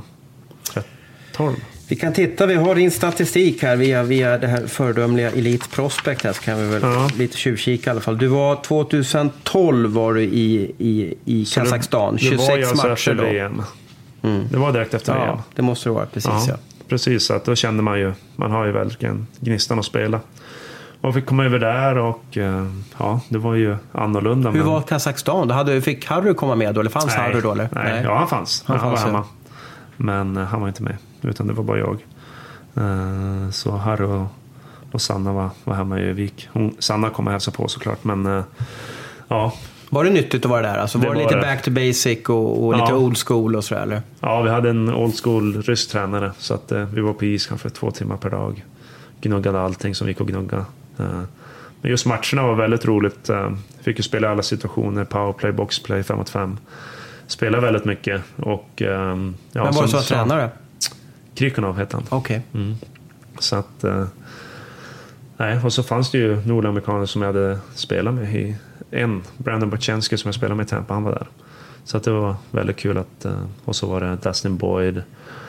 Speaker 2: 2012?
Speaker 1: Vi kan titta, vi har din statistik här via det här fördömliga Elite Prospect här, så kan vi väl lite tjuvkika i alla fall. Du var 2012 var du i Kazakstan, 26 matcher då. VM.
Speaker 2: Det var direkt efter VM.
Speaker 1: Det måste det vara, precis. Ja.
Speaker 2: Precis, så att då kände man har ju verkligen gnistan att spela. Och fick komma över där och det var ju annorlunda.
Speaker 1: Hur var Kazakstan? Fick Harry komma med då? Eller fanns Harry då? Eller?
Speaker 2: Nej. Ja, han fanns. Han var hemma. Men han var inte med, utan det var bara jag. Så Harry och Sanna var hemma i Vik. Sanna kom och hälsa på såklart, men ja.
Speaker 1: Var det nyttigt att vara där? Alltså, var det lite back to basic och lite old school och sådär, eller? Ja,
Speaker 2: vi hade en old school rysk tränare, så att vi var på is kanske 2 timmar per dag. Gnuggade allting som gick att gnugga. Men just matcherna var väldigt roligt. Fick ju spela i alla situationer, powerplay, boxplay, 5-mot-5. Spelade väldigt mycket. Och,
Speaker 1: men var det så att tränare?
Speaker 2: Krikonov hette han.
Speaker 1: Okej.
Speaker 2: Så att och så fanns det ju nordamerikaner som jag hade spelat med. Brandon Bochenski som jag spelade med i Tampa, han var där. Så att det var väldigt kul att, och så var det Dustin Boyd,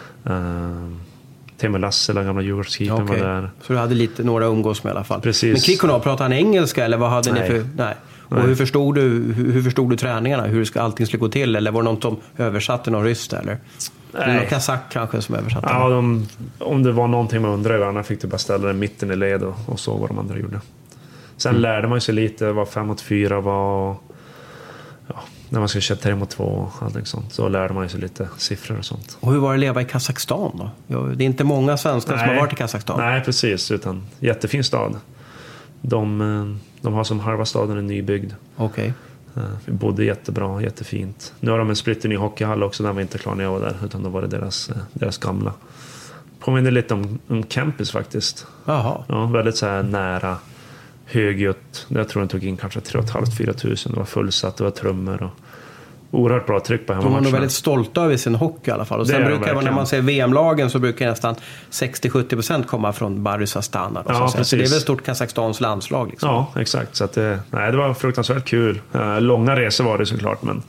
Speaker 2: Teemu Lassila, gamla Djurgårdskeepern var där.
Speaker 1: Så du hade några umgås med i alla fall.
Speaker 2: Precis.
Speaker 1: Men Krikonov, pratade han engelska eller vad hade ni för... Nej. Och hur förstod du träningarna? Hur allting skulle gå till? Eller var det någon som översatte någon rysk eller? Eller någon kazak kanske som översatte?
Speaker 2: Ja, om det var någonting man undrade, annars fick du bara ställa den mitten i led och så vad de andra gjorde. Sen lärde man sig lite vad 5-mot-4 var. När man skulle köra 3-mot-2 och allting sånt. Så lärde man sig lite siffror och sånt.
Speaker 1: Och hur var det att leva i Kazakstan då? Det är inte många svenskar som har varit i Kazakstan.
Speaker 2: Nej, precis. Utan jättefin stad. De har som halva staden en nybyggd.
Speaker 1: Okej.
Speaker 2: Vi bodde jättebra, jättefint. Nu har de en splitterny hockeyhall också, där var inte klar när jag var där, utan då var det deras gamla. Påminner lite om campus faktiskt.
Speaker 1: Jaha.
Speaker 2: Ja, väldigt så här nära, högljutt. Jag tror den tog in kanske 3 500-4 tusen. Det var fullsatt, det var trummor och oerhört bra tryck på hemmamatcherna.
Speaker 1: De är nog väldigt stolta över sin hockey i alla fall. Och sen brukar man, när man ser VM-lagen, så brukar nästan 60-70% komma från Barys Astana.
Speaker 2: Ja,
Speaker 1: så det är väl stort Kazakstans landslag. Liksom.
Speaker 2: Ja, exakt. Så att det var fruktansvärt kul. Långa resor var det såklart, men...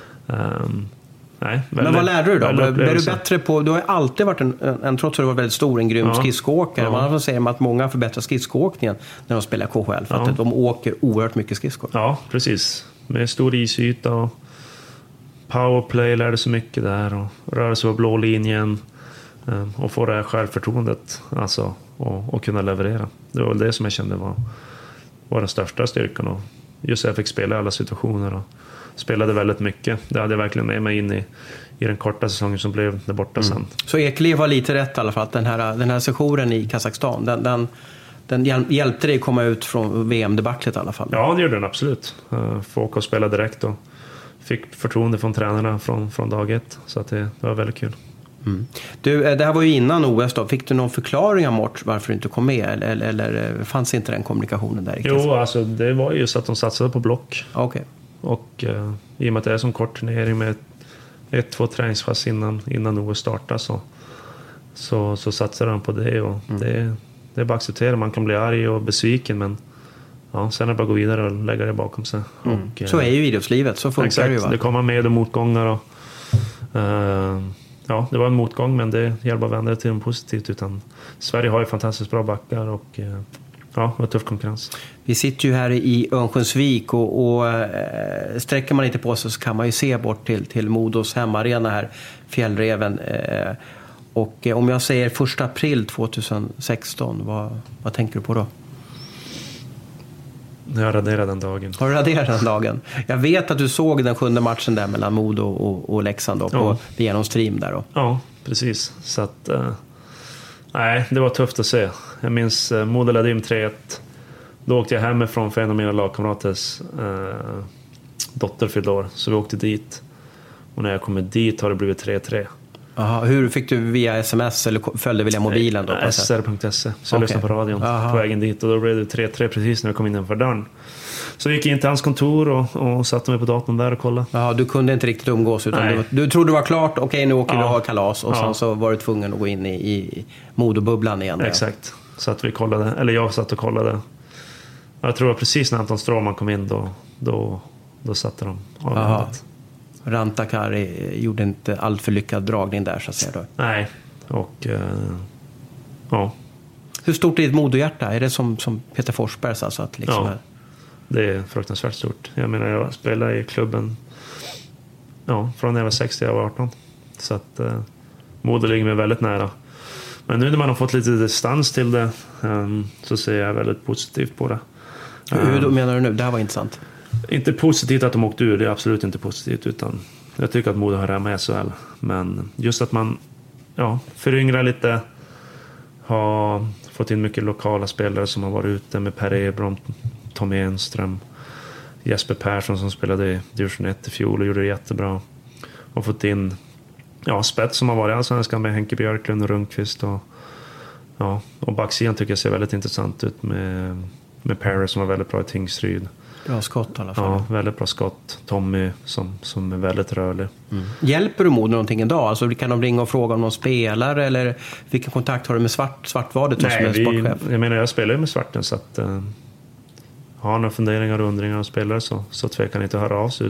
Speaker 1: Men vad lärde du då? Blev du bättre på... Du har ju alltid varit trots att du var väldigt stor, en grym skridskoåkare. Man säger att många förbättrar skridskoåkningen när de spelar KHL, för att de åker oerhört mycket skridskor.
Speaker 2: Ja, precis. Med stor isyta och powerplay, lärde så mycket där, och röra sig på blå linjen och få det här självförtroendet, alltså, och kunna leverera. Det var väl det som jag kände var den största styrkan, och just att jag fick spela i alla situationer och spelade väldigt mycket. Det hade jag verkligen med mig in i den korta säsongen som blev där borta sen.
Speaker 1: Så Ekeliv var lite rätt i alla fall, att den här sessionen i Kazakstan, den hjälpte dig att komma ut från VM-debaclet i alla fall.
Speaker 2: Ja, det gjorde den absolut. Få åka och spela direkt, och fick förtroende från tränarna från dag ett. Så att det var väldigt kul.
Speaker 1: Mm. Du, det här var ju innan OS då. Fick du någon förklaring av Mort varför du inte kom med? Eller fanns inte den kommunikationen där riktigt?
Speaker 2: Jo, alltså det var ju så att de satsade på block.
Speaker 1: Okay.
Speaker 2: Och i och med att det är som kort turnering med 1-2 träningspass innan OS startar, så satsade de på det. Och det är bara att acceptera. Man kan bli arg och besviken, men sen är det bara att gå vidare och lägga det bakom sig. Och,
Speaker 1: så är ju idrottslivet, så funkar
Speaker 2: exakt,
Speaker 1: det ju. Va?
Speaker 2: Det kommer med och motgångar. Och, det var en motgång, men det hjälper att vända det till något positivt. Utan Sverige har ju fantastiskt bra backar, och det var tuff konkurrens. Vi
Speaker 1: sitter ju här i Örnsköldsvik, och sträcker man lite på sig så kan man ju se bort till Modos hemmaarena här, Fjällreven. Och om jag säger 1 april 2016, vad tänker du på då?
Speaker 2: Jag raderade den dagen.
Speaker 1: Har du raderat den dagen? Jag vet att du såg den 7:e matchen där mellan Modo och Leksand då, på genom stream där då.
Speaker 2: Ja, precis. Så att, det var tufft att se. Jag minns Modo ledde 3-1. Då åkte jag hemifrån för en av mina lagkamraters dotter fyllde år. Så vi åkte dit. Och när jag kom dit har det blivit 3-3.
Speaker 1: Aha, hur fick du via sms eller följde via mobilen då?
Speaker 2: SR.se. Så jag lyssnade på radion på vägen dit, och då blev det 3-3 precis när jag kom in för dörren. Så jag gick in till hans kontor och satte mig på datorn där och kollade.
Speaker 1: Ja, du kunde inte riktigt umgås, utan du trodde det var klart. Okej, nu åker vi och har kalas, och sen så var du tvungen att gå in i Modobubblan igen.
Speaker 2: Exakt. Så att vi kollade, eller jag satt och kollade. Jag tror att precis när Anton Stråman kom in då satte de avgörandet.
Speaker 1: Rantakari gjorde inte allt för lyckad dragning där, så att säga då.
Speaker 2: Nej, och
Speaker 1: Hur stort är ditt Modohjärta? Är det som Peter Forsbergs, alltså att liksom
Speaker 2: det är fruktansvärt stort. Jag menar, jag spelade i klubben från när jag var 6 till jag var 18. Så att Modo ligger mig väldigt nära. Men nu när man har fått lite distans till det, så ser jag väldigt positivt på det.
Speaker 1: Hur menar du nu? Det här var intressant.
Speaker 2: Inte positivt att de åkte ur, det är absolut inte positivt, utan jag tycker att Modo hör hemma i SHL. Men just att man föryngrar lite, har fått in mycket lokala spelare som har varit ute med Per Ebrom, Tom Enström, Jesper Persson som spelade i division 1 i fjol och gjorde det jättebra. Och fått in spets som har varit allsvenskan med Henke Björklund och Rundqvist, och backsidan tycker jag ser väldigt intressant ut med Perry som var väldigt bra i Tingsryd.
Speaker 1: Bra skott i alla fall.
Speaker 2: Ja, väldigt bra skott. Tommy som är väldigt rörlig.
Speaker 1: Hjälper du Modo någonting idag? Alltså, kan de ringa och fråga om någon spelare, eller vilken kontakt har du med Svartvadet som är sportchef?
Speaker 2: Jag menar, jag spelar ju med Svarten, så att har några funderingar och undringar om spelare så tvekar inte att höra av sig,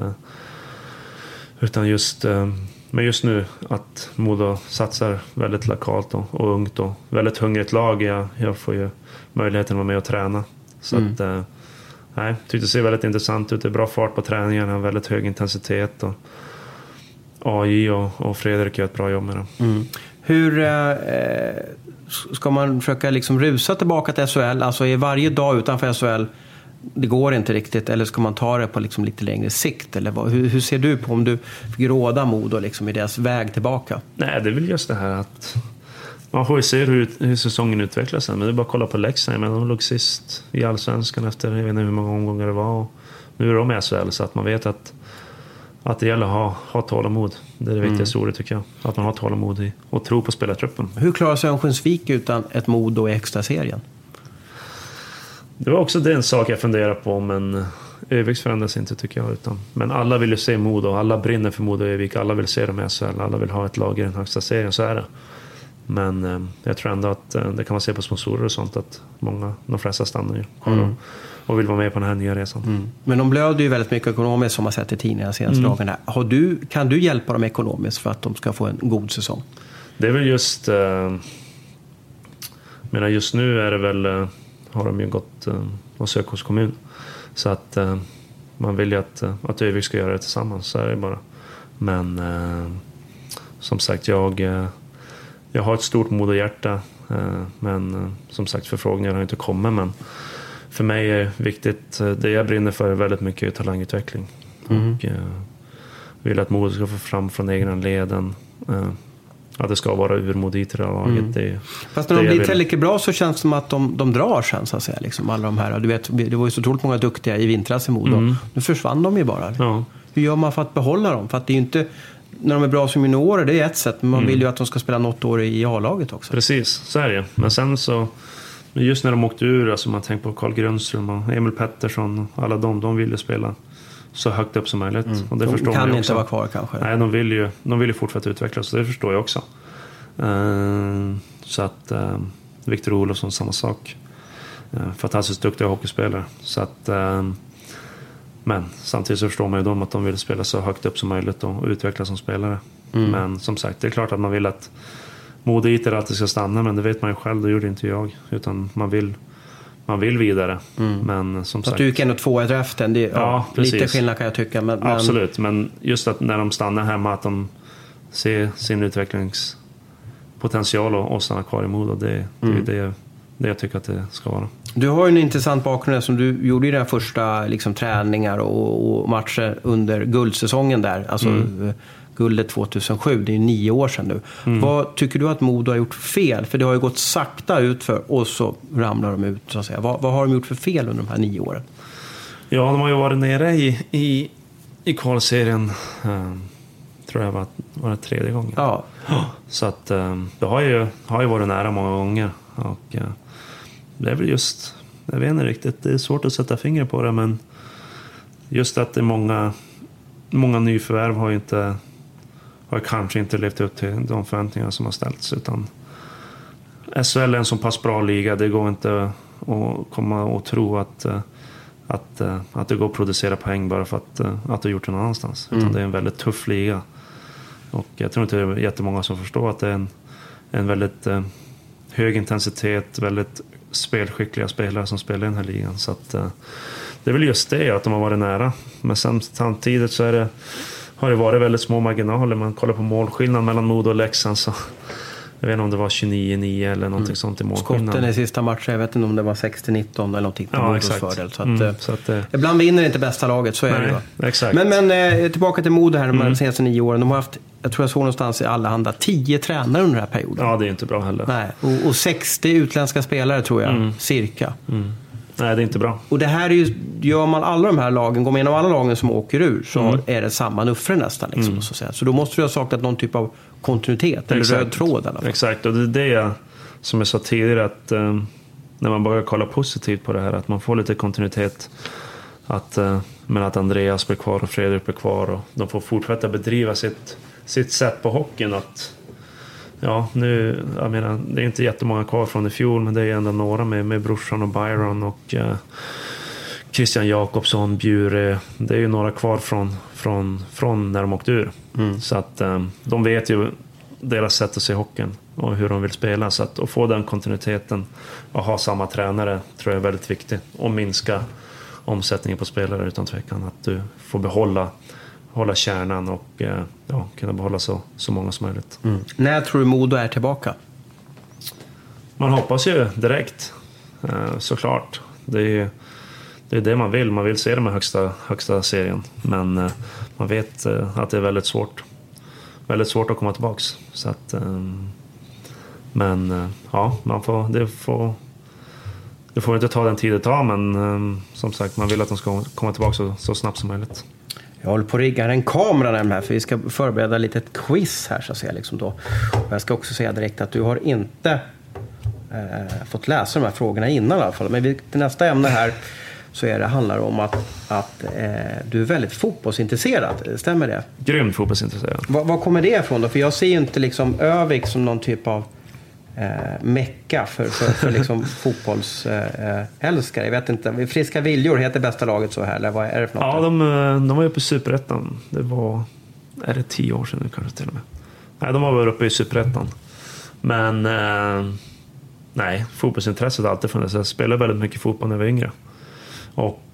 Speaker 2: utan just men just nu att Modo satsar väldigt lokalt och ungt och väldigt hungrigt lag. Jag får ju möjligheten att vara med och träna, så att tyckte det ser väldigt intressant ut. Det är bra fart på träningarna, väldigt hög intensitet, och AJ och Fredrik gör ett bra jobb med det.
Speaker 1: Hur ska man försöka liksom rusa tillbaka till SHL? Alltså är varje dag utanför SHL, det går inte riktigt, eller ska man ta det på liksom lite längre sikt? Eller hur ser du på om du fick råda Modo liksom i deras väg tillbaka?
Speaker 2: Nej, det är väl just det här att man får ju se hur säsongen utvecklas sen, men det är bara att kolla på Leksand. Men de låg sist i allsvenskan efter jag vet inte hur många omgångar det var, och nu är de i SHL, så att man vet att det gäller att ha tålamod. Det är det viktigaste ordet, tycker jag. Att man har tålamod och tro på spelartruppen.
Speaker 1: Hur klarar sig Örnsköldsvik utan ett Modo i extra serien?
Speaker 2: Det var också den sak jag funderar på, men Öviks förändras inte, tycker jag. Men alla vill ju se Modo, alla brinner för Modo och Övik, alla vill se dem i SHL, alla vill ha ett lag i den högsta serien, så är det. Men jag tror ändå att det kan man se på sponsorer och sånt, att de flesta stannar ju och vill vara med på den här nya resan.
Speaker 1: Men de blöder ju väldigt mycket ekonomiskt, som man sett i tidningarna senaste dagarna. Kan du hjälpa dem ekonomiskt för att de ska få en god säsong?
Speaker 2: Det är väl just just nu är det väl har de ju gått och sökt hos kommun, så att man vill ju att Övik ska göra det tillsammans, så är det bara. Men som sagt, jag har ett stort Modo-hjärta, men som sagt, förfrågningar har inte kommit. Men för mig är viktigt, det jag brinner för är väldigt mycket talangutveckling. Och vill att Modo ska få fram från egna leden, att det ska vara urmodigt i det laget.
Speaker 1: Fast när de blir tillräckligt bra så känns det som att de drar sen, så att säga. Liksom, alla de här, du vet, det var ju så otroligt många duktiga i vintras i Modo. Nu försvann de ju bara.
Speaker 2: Ja.
Speaker 1: Hur gör man för att behålla dem? För att det är ju inte... När de är bra som juniorer, det är ett sätt. Men man vill ju att de ska spela något år i A-laget också.
Speaker 2: Precis, så är det. Men sen så, just när de åkte ur, alltså man tänker på Carl Grundström och Emil Pettersson, alla de vill ju spela så högt upp som möjligt. Och det
Speaker 1: de kan inte vara kvar kanske.
Speaker 2: Nej, de vill ju fortsätta utvecklas, så det förstår jag också. Så att Victor Olofsson, samma sak. Fantastiskt duktiga hockeyspelare. Så att... Men samtidigt så förstår man ju dem att de vill spela så högt upp som möjligt och utvecklas som spelare. Men som sagt, det är klart att man vill att Modo Iter alltid ska stanna, men det vet man ju själv, det gjorde inte jag. Utan man vill vidare. Men som sagt...
Speaker 1: Du gick ändå 2-1 efter. Det är lite skillnad kan jag tycka. Men...
Speaker 2: Absolut, men just att när de stannar hemma, att de ser sin utvecklingspotential och stannar kvar i Modo, det är det jag tycker att det ska vara. Du
Speaker 1: har ju en intressant bakgrund som du gjorde i dina första liksom, träningar och matcher under guldsäsongen där. Alltså guldet 2007, det är ju 9 år sedan nu. Vad tycker du att Modo har gjort fel? För det har ju gått sakta ut för, och så ramlar de ut, så att säga. Vad har de gjort för fel under de här 9 åren?
Speaker 2: Ja, de har ju varit nere i kvalserien, tror jag var det 3:e gången.
Speaker 1: Ja.
Speaker 2: Så att det har ju varit nära många gånger. Och det är väl just, jag vet inte riktigt, det är svårt att sätta fingret på det, men just att det är många nyförvärv har kanske inte levt upp till de förväntningar som har ställts, utan SHL är en så pass bra liga, det går inte att komma och tro att det går att producera poäng bara för att du gjort det någon annanstans, utan det är en väldigt tuff liga, och jag tror inte det är jättemånga som förstår att det är en väldigt hög intensitet, väldigt spelskickliga spelare som spelar i den här ligan. Så att, det är väl just det, att de har varit nära. Men samtidigt så har det varit väldigt små marginaler. Man kollar på målskillnaden mellan Modo och Leksand, så jag vet inte om det var 29-9 eller någonting sånt i målskillnad.
Speaker 1: Skotten i sista matchen, jag vet inte om det var 60-19 eller någonting på Modos fördel. Så att, ibland vinner inte bästa laget, så är det ju.
Speaker 2: Exakt.
Speaker 1: Men tillbaka till Modo här, de senaste 9 åren. De har haft, jag tror jag såg någonstans i alla handa, 10 tränare under den här perioden.
Speaker 2: Ja, det är inte bra heller.
Speaker 1: Nej, och 60 utländska spelare tror jag, cirka.
Speaker 2: Nej, det är inte bra.
Speaker 1: Och det här är ju, gör man alla de här lagen, går man igenom alla lagen som åker ur, så är det samma nuffre nästan. Liksom, så att säga. Så då måste du ha saknat någon typ av kontinuitet, eller röd tråd i alla fall. Exakt,
Speaker 2: och det är det som jag sa tidigare, att när man börjar kolla positivt på det här, att man får lite kontinuitet, men att Andreas blir kvar och Fredrik blir kvar, och de får fortsätta bedriva sitt sätt på hockeyn. Att nu, jag menar, det är inte jättemånga kvar från i fjol, men det är ändå några med Brorsan och Byron och Christian Jakobsson, Bjure. Det är ju några kvar från när de åkte ur. Så att de vet ju deras sätt att se hockeyn och hur de vill spela. Så att få den kontinuiteten och ha samma tränare tror jag är väldigt viktigt. Och minska omsättningen på spelare, utan tvekan. Att du får hålla kärnan och kunna behålla så många som möjligt.
Speaker 1: När tror du Modo är tillbaka?
Speaker 2: Man hoppas ju direkt, såklart. Det är det man vill. Man vill se dem i högsta serien. Men man vet att det är väldigt svårt. Väldigt svårt att komma tillbaks. Så att, det får inte ta den tid det tar, men som sagt, man vill att de ska komma tillbaka så snabbt som möjligt.
Speaker 1: Jag håller på att rigga en kamera här, för vi ska förbereda lite ett quiz här, så att säga, liksom då. Och jag ska också säga direkt att du har inte fått läsa de här frågorna innan i alla fall. Men till nästa ämne här så handlar det om att du är väldigt fotbollsintresserad. Stämmer det?
Speaker 2: Grymt fotbollsintresserad.
Speaker 1: Vad kommer det ifrån då? För jag ser ju inte liksom Övik som någon typ av mecka för liksom fotbollsälskare. Jag vet inte. Friska Viljor heter bästa laget så här, eller vad är det för något?
Speaker 2: Ja, de var uppe i Superettan. Det var, är det 10 år sedan nu kanske till och med? Nej, de var uppe i Superettan. Men nej, fotbollsintresset har alltid funnits. Jag spelade väldigt mycket fotboll när jag var yngre. Och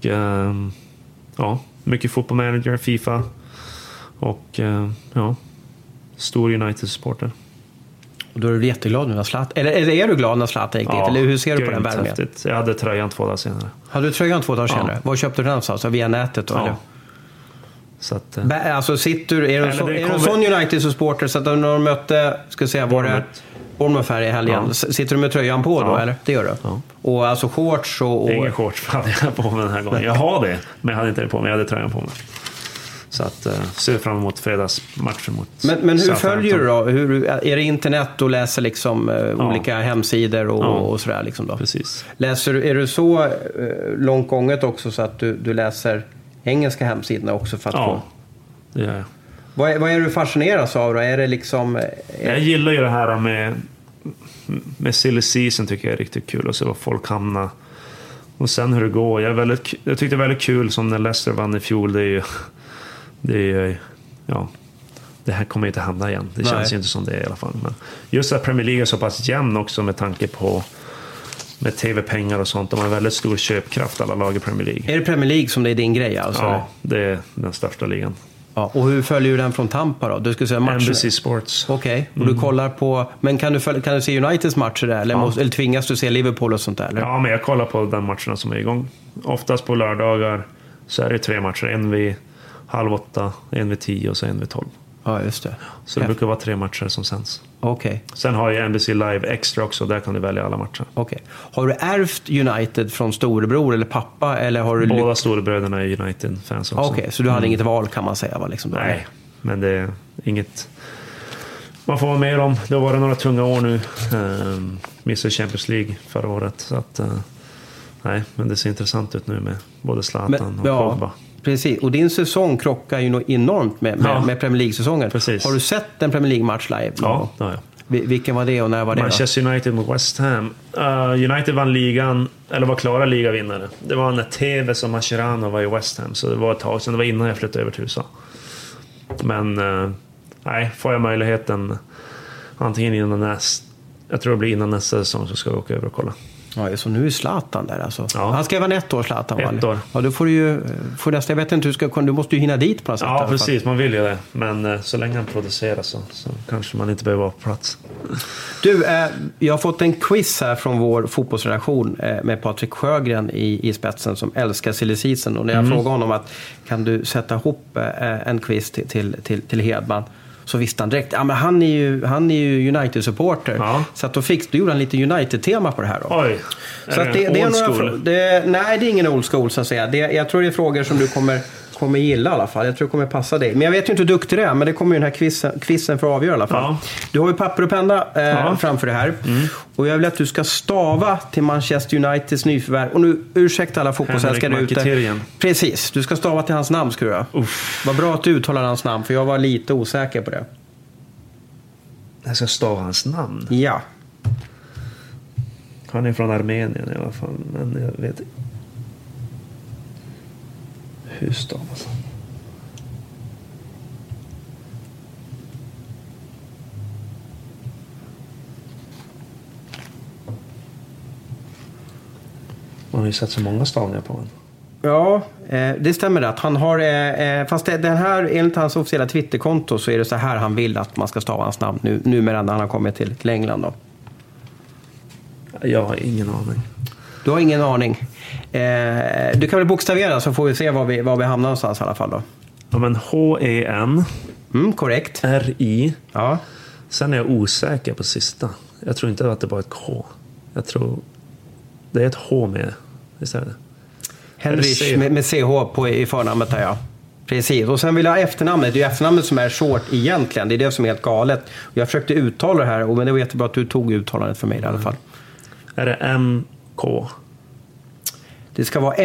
Speaker 2: ja, mycket fotbollmanager, FIFA. Och ja, stor United-supporter.
Speaker 1: Och då är du jätteglad nu när Zlatan... Eller är du glad när Zlatan gick dit? Eller hur ser du på den värmen?
Speaker 2: Jag hade tröjan 2 dagar senare.
Speaker 1: Hade du tröjan 2 dagar senare? Var köpte du den någonstans? Via nätet då?
Speaker 2: Ja.
Speaker 1: Eller?
Speaker 2: Så att,
Speaker 1: alltså är du en sån United-supporter så att när de mötte, ska jag säga, var det Bournemouth här i helgen? Ja. Sitter du med tröjan på då, eller? Det gör du? Ja. Och alltså shorts och...
Speaker 2: Ingen shorts hade jag på mig den här gången. Jag har det, men jag hade inte det på mig. Jag hade tröjan på mig. Så att ser fram emot fredagsmatchen mot...
Speaker 1: Men hur följer du då? Är det internet och läser liksom olika hemsidor och sådär liksom då?
Speaker 2: Precis.
Speaker 1: Är du så långt gånget också så att du läser engelska hemsidorna också för att få...
Speaker 2: det gör jag.
Speaker 1: Vad är du fascineras av då? Är det liksom...
Speaker 2: Jag gillar ju det här med silly season, tycker jag är riktigt kul. Och se vad folk hamnar. Och sen hur det går. Jag tyckte det var väldigt kul som när Leicester vann i fjol. Det är ja, det här kommer inte hända igen. Det känns ju inte som det är i alla fall. Men just att Premier League är så pass jämn också med tanke på med tv-pengar och sånt. De har väldigt stor köpkraft, alla lag i Premier League.
Speaker 1: Är det Premier League som det är din grej alltså?
Speaker 2: Ja, det är den största ligan.
Speaker 1: Ja, och hur följer du den från Tampa då? Du skulle säga matcher.
Speaker 2: NBC Sports.
Speaker 1: Okej, och du kollar på... Men kan du se Uniteds matcher där? Eller tvingas du se Liverpool och sånt där? Eller?
Speaker 2: Ja, men jag kollar på den matcherna som är igång. Oftast på lördagar så är det 3 matcher. En vid 7:30, en vid 10 och så en vid 12.
Speaker 1: Ja, just det.
Speaker 2: Så det brukar vara 3 matcher som sänds.
Speaker 1: Okej.
Speaker 2: Sen har jag NBC Live Extra också. Där kan du välja alla matcher.
Speaker 1: Okej. Har du ärvt United från storebror eller pappa? Eller har du...
Speaker 2: Båda storebröderna är United-fans också.
Speaker 1: Okej, så du hade inget val kan man säga, va? Liksom,
Speaker 2: nej, men det är inget... Man får vara med om. Det har varit några tunga år nu. Missade Champions League förra året. Så att, nej, men det ser intressant ut nu med både Zlatan och Pogba.
Speaker 1: Precis, och din säsong krockar ju enormt med Premier League-säsongen.
Speaker 2: Precis.
Speaker 1: Har du sett en Premier League-match live?
Speaker 2: Ja, det har jag.
Speaker 1: Vilken var det och när var det?
Speaker 2: Manchester United mot West Ham. United vann ligan, eller var klara ligavinnare. Det var när Tevez och Mascherano var i West Ham. Så det var ett tag sedan, det var innan jag flyttade över till USA. Men nej, får jag möjligheten antingen jag tror det blir innan nästa säsong, så ska vi åka över och kolla.
Speaker 1: Ja, så nu är Zlatan där alltså. Ja. Han ska vara 1 år, Zlatan.
Speaker 2: 1 år.
Speaker 1: Ja, då får du ju nästa, jag vet inte hur du måste ju hinna dit på något sätt.
Speaker 2: Ja, precis, man vill ju det. Men så länge han producerar så kanske man inte behöver vara på plats.
Speaker 1: Du, jag har fått en quiz här från vår fotbollsredaktion med Patrik Sjögren i spetsen som älskar silly season. Och när jag frågade honom att kan du sätta ihop en quiz till Hedman, så visste han direkt, ja men han är ju United-supporter. Ja. Så att då gjorde han lite United-tema på det här då.
Speaker 2: Oj,
Speaker 1: så att det är några nej, det är ingen old school så att säga. Jag tror det är frågor som du kommer gilla i alla fall. Jag tror det kommer passa dig. Men jag vet ju inte hur duktig det är, men det kommer ju den här quizen för att avgöra i alla fall. Ja. Du har ju papper och penna framför det här. Och jag vill att du ska stava till Manchester Uniteds nyförvärv. Och nu, ursäkta alla fotbollsälskare ute. Precis, du ska stava till hans namn, skulle jag. Vad bra att du uttalar hans namn, för jag var lite osäker på det.
Speaker 2: Jag ska stava hans namn?
Speaker 1: Ja.
Speaker 2: Han är från Armenien i alla fall, men jag vet inte. Hur stavas han? Man har ju sett så många stavningar på honom.
Speaker 1: Ja, det stämmer att han har... fast den här, enligt hans officiella Twitterkonto, så är det så här han vill att man ska stava hans namn nu med när han har kommit till England då.
Speaker 2: Jag har ingen aning.
Speaker 1: Du har ingen aning. Du kan väl bokstavera så får vi se var vi hamnar någonstans i alla fall då.
Speaker 2: Ja, men H-E-N.
Speaker 1: Korrekt.
Speaker 2: R-I.
Speaker 1: Ja.
Speaker 2: Sen är jag osäker på sista. Jag tror inte att det var ett K. Jag tror... Det är ett H med istället.
Speaker 1: Henrich med CH i förnamnet där, ja. Precis. Och sen vill jag ha efternamnet. Det är ju efternamnet som är svårt egentligen. Det är det som är helt galet. Och jag försökte uttala det här, men det var jättebra att du tog uttalandet för mig i alla fall.
Speaker 2: Är det MK?
Speaker 1: Det ska vara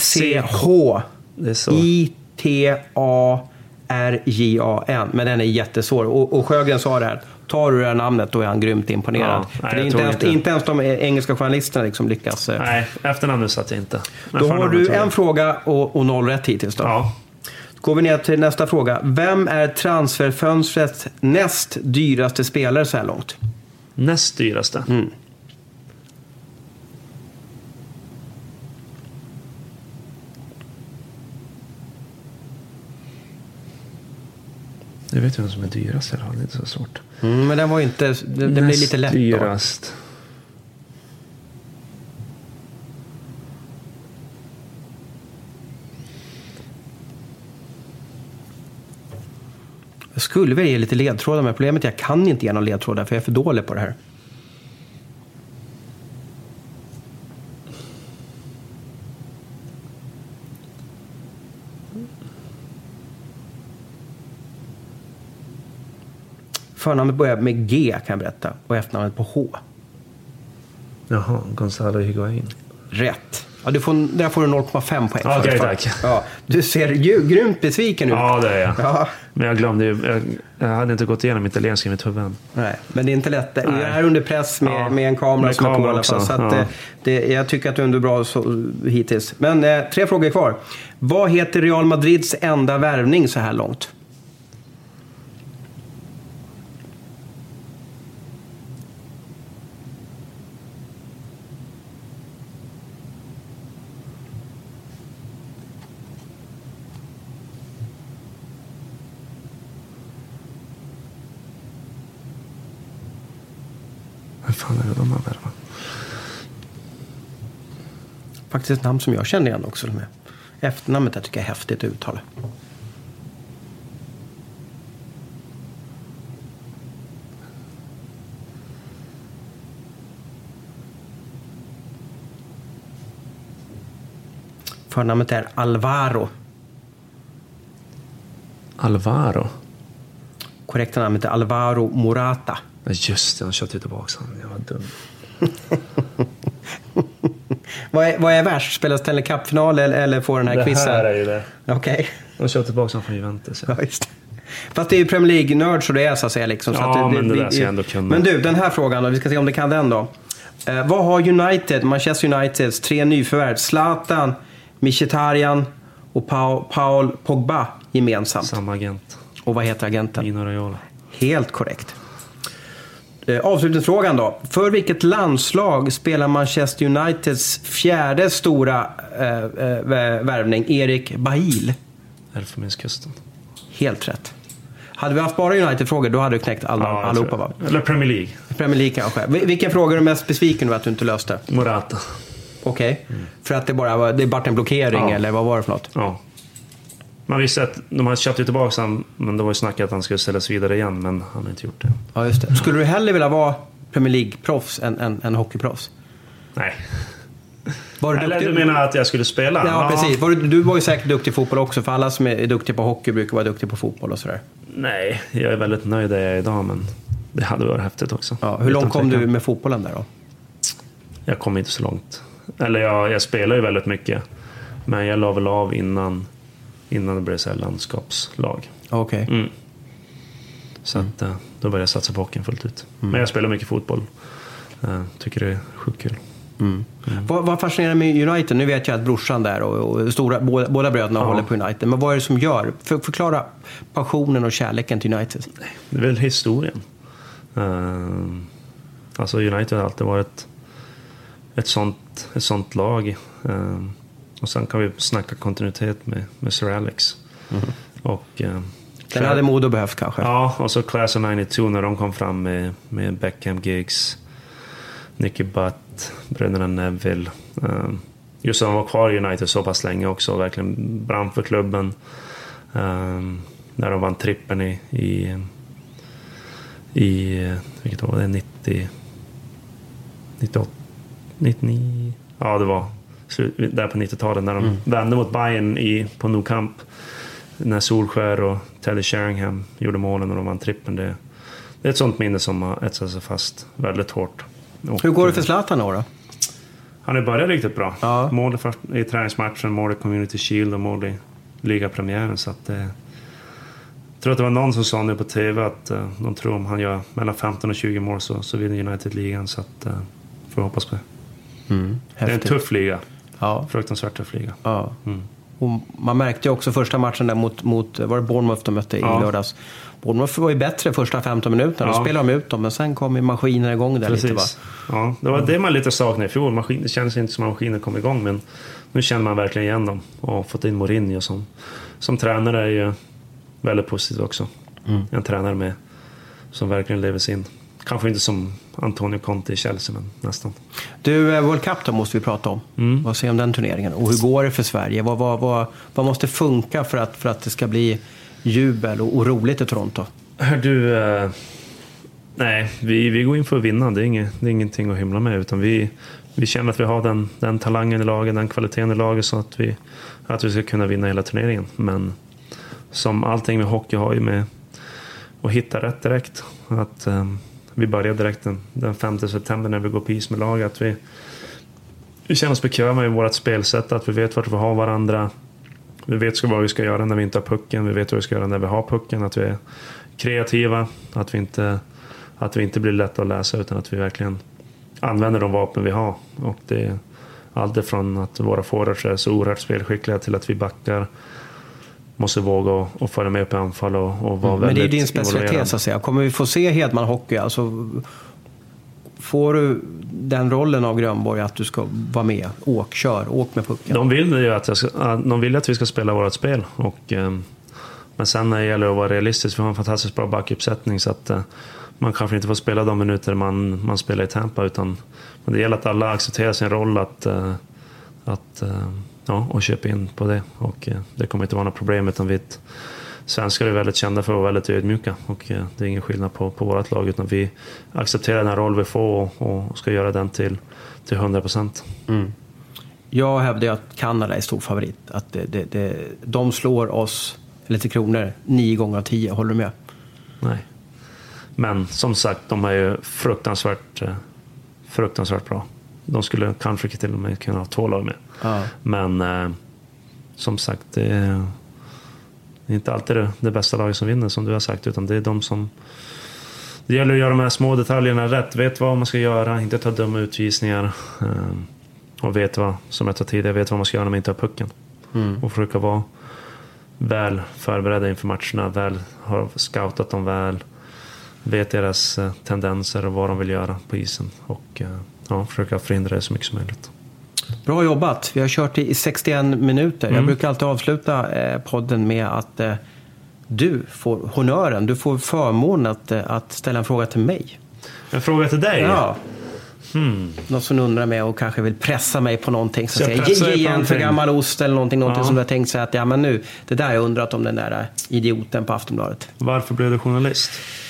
Speaker 1: MCHITARJAN. Men den är jättesvår. Och Sjögren sa det här. Tar du det här namnet, då är han grymt imponerad.
Speaker 2: Ja,
Speaker 1: för det är inte ens de engelska journalisterna liksom lyckas.
Speaker 2: Nej, efternamnet satt jag inte. Men
Speaker 1: då har du en fråga och 0 rätt hittills då.
Speaker 2: Ja.
Speaker 1: Går vi ner till nästa fråga. Vem är transferfönstrets näst dyraste spelare så här långt?
Speaker 2: Näst dyraste? Jag vet ju vem som är dyrast. Det är inte så svårt.
Speaker 1: Men den var inte... Den blir lite lätt
Speaker 2: dyrast.
Speaker 1: Jag skulle vilja ge lite ledtrådar, men problemet är att jag kan inte ge någon ledtrådar för jag är för dålig på det här. Förnamnet börjar med G kan jag berätta och efternamnet på H.
Speaker 2: Jaha, Gonzalo Higuain.
Speaker 1: Rätt. Ja, där får du 0,5 poäng.
Speaker 2: Okej, tack.
Speaker 1: Ja, du ser grymt besviken ut.
Speaker 2: Ja, det är jag.
Speaker 1: Ja.
Speaker 2: Men jag glömde ju, jag hade inte gått igenom italienska i mitt huvud.
Speaker 1: Nej, men det är inte lätt. Vi är här under press med en kamera som är på i alla fall. Så att, jag tycker att du är ändå bra hittills. Men 3 frågor kvar. Vad heter Real Madrids enda värvning så här långt?
Speaker 2: Vad fan är det de har värvat?
Speaker 1: Faktiskt ett namn som jag känner igen också. Med. Efternamnet jag tycker jag är häftigt att uttala. Förnamnet är Alvaro.
Speaker 2: Alvaro?
Speaker 1: Korrekta namnet är Alvaro Morata.
Speaker 2: Just det, han köpte tillbaka han. Jag var dum.
Speaker 1: Vad är värst? Spela Stanley Cup-final eller få den här quizen?
Speaker 2: Det här är ju det.
Speaker 1: Okej.
Speaker 2: Han köpte tillbaka han från Juventus.
Speaker 1: Ja, just det. Fast det är ju Premier League-nörd så det är så att säga. Liksom, så
Speaker 2: ja,
Speaker 1: att
Speaker 2: men det där ska jag ändå kunna.
Speaker 1: Men du, den här frågan då. Vi ska se om det kan den då. Vad har Manchester Uniteds 3 nyförvärv? Zlatan, Mkhitaryan och Paul Pogba gemensamt.
Speaker 2: Samma agent.
Speaker 1: Och vad heter agenten?
Speaker 2: Mino Raiola.
Speaker 1: Helt korrekt. Avslutningsfrågan då. För vilket landslag spelar Manchester Uniteds 4:e stora värvning, Erik Bailly?
Speaker 2: Elfenbenskusten.
Speaker 1: Helt rätt. Hade vi haft bara United-frågor då hade du knäckt allihopa, va?
Speaker 2: Eller Premier League.
Speaker 1: Premier League kanske. Vilken fråga är du mest besviken över att du inte löste?
Speaker 2: Morata.
Speaker 1: Okej. För att det bara en blockering eller vad var det för något?
Speaker 2: Ja. Man visste att de hade köpt tillbaka han, men det var ju snack att han skulle ställas vidare igen, men han har inte gjort det.
Speaker 1: Ja, just det. Skulle du hellre vilja vara Premier League-proffs än hockeyproffs?
Speaker 2: Nej.
Speaker 1: Eller
Speaker 2: du menar att jag skulle spela?
Speaker 1: Ja, precis. Du var ju säkert duktig i fotboll också, för alla som är duktiga på hockey brukar vara duktiga på fotboll och sådär.
Speaker 2: Nej, jag är väldigt nöjd där jag är idag, men det hade varit häftigt också.
Speaker 1: Ja, hur långt kom du med fotbollen där då?
Speaker 2: Jag kom inte så långt. Eller jag spelar ju väldigt mycket, men jag la väl av innan det blev så här landskapslag.
Speaker 1: Okej.
Speaker 2: Så att, då började jag satsa på hockeyn fullt ut. Men jag spelar mycket fotboll. Tycker det är sjukt kul.
Speaker 1: Vad fascinerar med United? Nu vet jag att brorsan där och båda bröderna håller på United. Men vad är det som gör? Förklara passionen och kärleken till United.
Speaker 2: Det är väl historien. Alltså United har alltid varit ett sånt lag. Och sen kan vi snacka kontinuitet med Sir Alex. Och
Speaker 1: den hade Modo behövt kanske.
Speaker 2: Ja, och så Class of 92 när de kom fram med Beckham, Giggs, Nicky Butt, bröderna Neville. Just att de var kvar i United så pass länge också och verkligen brann för klubben. När de vann trippen i vilket år var det? 98, 99, Ja, det var där på 90-talet när de vände mot Bayern på Nou Camp. När Solskär och Teddy Sheringham gjorde målen och de vann trippen. Det är ett sånt minne som har etsat sig fast väldigt hårt. Och
Speaker 1: hur går det för Zlatan då?
Speaker 2: Han har börjat riktigt bra.
Speaker 1: Ja.
Speaker 2: Mål i träningsmatchen, mål i Community Shield och mål i ligapremiären. Så att jag tror att det var någon som sa nu på TV att de tror om han gör mellan 15 och 20 mål så vinner United-ligan. Så att får vi hoppas på det. Det är en tuff liga.
Speaker 1: Ja.
Speaker 2: Fruktansvärt tuff liga.
Speaker 1: Ja. Och man märkte ju också första matchen där mot var det Bournemouth de mötte i lördags. Bournemouth var ju bättre första 15 minuterna. Då spelade de ut dem, men sen kom ju maskinen igång där. Precis. Lite, va?
Speaker 2: Ja, det var det man lite saknade i fjol. Det kändes inte som att maskinen kom igång, men nu känner man verkligen igen dem. Och fått in Mourinho som tränare är ju väldigt positivt också. En tränare som verkligen lever sin. Kanske inte som Antonio Conte i Chelsea, men nästan.
Speaker 1: Du, World Cup då måste vi prata om. Vad säger om den turneringen? Och hur går det för Sverige? Vad måste funka för att det ska bli jubel och roligt i Toronto?
Speaker 2: Nej, vi går in för att vinna. Det är ingenting att hymla med, utan vi känner att vi har den talangen i laget, den kvaliteten i laget, så att vi ska kunna vinna hela turneringen. Men som allting med hockey har ju med att hitta rätt direkt. Att vi börjar direkt den 5 september när vi går på is med laget. Att vi känner oss bekväma i vårt spelsätt, att vi vet vart vi har varandra. Vi vet vad vi ska göra när vi inte har pucken. Vi vet vad vi ska göra när vi har pucken. Att vi är kreativa. Att vi inte blir lätta att läsa, utan att vi verkligen använder de vapen vi har. Och det är allt från att våra forwards är så oerhört spelskickliga till att vi backar måste våga och föra med upp i anfall och vara väldigt. Men det är din specialitet, så att säga. Kommer vi få se Hedman hockey? Alltså, får du den rollen av Grönborg att du ska vara med? Åk med pucken. De vill att vi ska spela vårt spel. Men sen när det gäller att vara realistisk, vi har en fantastiskt bra backuppsättning, så att man kanske inte får spela de minuter man spelar i Tampa, utan det gäller att alla accepterar sin roll och köpa in på det. Och det kommer inte vara något problem, utan svenskar är väldigt kända för att vara väldigt ödmjuka, och det är ingen skillnad på vårt lag, utan vi accepterar den roll vi får och ska göra den till 100%.
Speaker 1: Jag hävdar att Kanada är stor favorit, att de slår oss lite kronor 9 gånger av 10. Håller du med?
Speaker 2: Nej. Men som sagt, de är ju fruktansvärt bra. De skulle kanske till och med kunna ha 2 lag med. Men som sagt, det är inte alltid det bästa laget som vinner, som du har sagt, utan det är de som... Det gäller att göra de här små detaljerna rätt. Vet vad man ska göra, inte ta dumma utvisningar. Och vet vad, som jag tar tidigare, vet vad man ska göra när man inte har pucken. Och försöka vara väl förberedda inför matcherna, väl har scoutat dem väl, vet deras tendenser och vad de vill göra på isen, och försöka förhindra det så mycket som möjligt.
Speaker 1: Bra jobbat. Vi har kört i 61 minuter. Jag brukar alltid avsluta podden med att du får honören, du får förmånen att ställa en fråga till mig. En fråga till dig? Ja. Någon som undrar mig och kanske vill pressa mig på någonting, så ge en för gammal ost eller någonting som du har tänkt sig att men nu, det där jag undrat om den där idioten på Aftonbladet.
Speaker 2: Varför blev du journalist?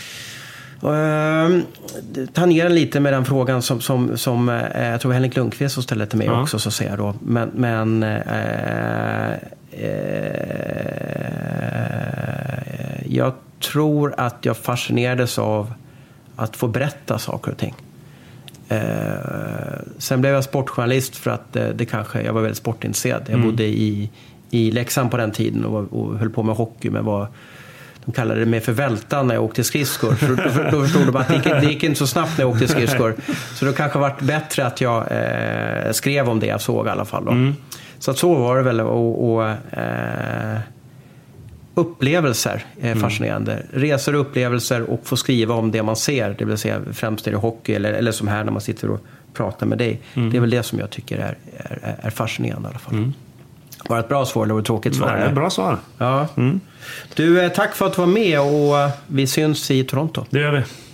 Speaker 1: Ta ner den lite med den frågan som jag tror Henrik Lundqvist ställde till mig också, så säger jag då. Men jag tror att jag fascinerades av att få berätta saker och ting. Sen blev jag sportjournalist för att jag var väldigt sportintresserad. Jag bodde i Leksand på den tiden och höll på med hockey, men de kallade det mig för vältan när jag åkte skridskor. Då förstod de att det gick inte så snabbt när jag åkte skridskor. Så det kanske varit bättre att jag skrev om det jag såg i alla fall då. Så var det väl. Och upplevelser är fascinerande. Resor och upplevelser, och få skriva om det man ser. Det vill säga främst är det hockey eller som här när man sitter och pratar med dig. Det är väl det som jag tycker är fascinerande i alla fall. Var det ett bra svar eller var det ett tråkigt svar?
Speaker 2: Nej, bra svar.
Speaker 1: Ja. Du, tack för att du var med, och vi syns i Toronto.
Speaker 2: Det gör vi.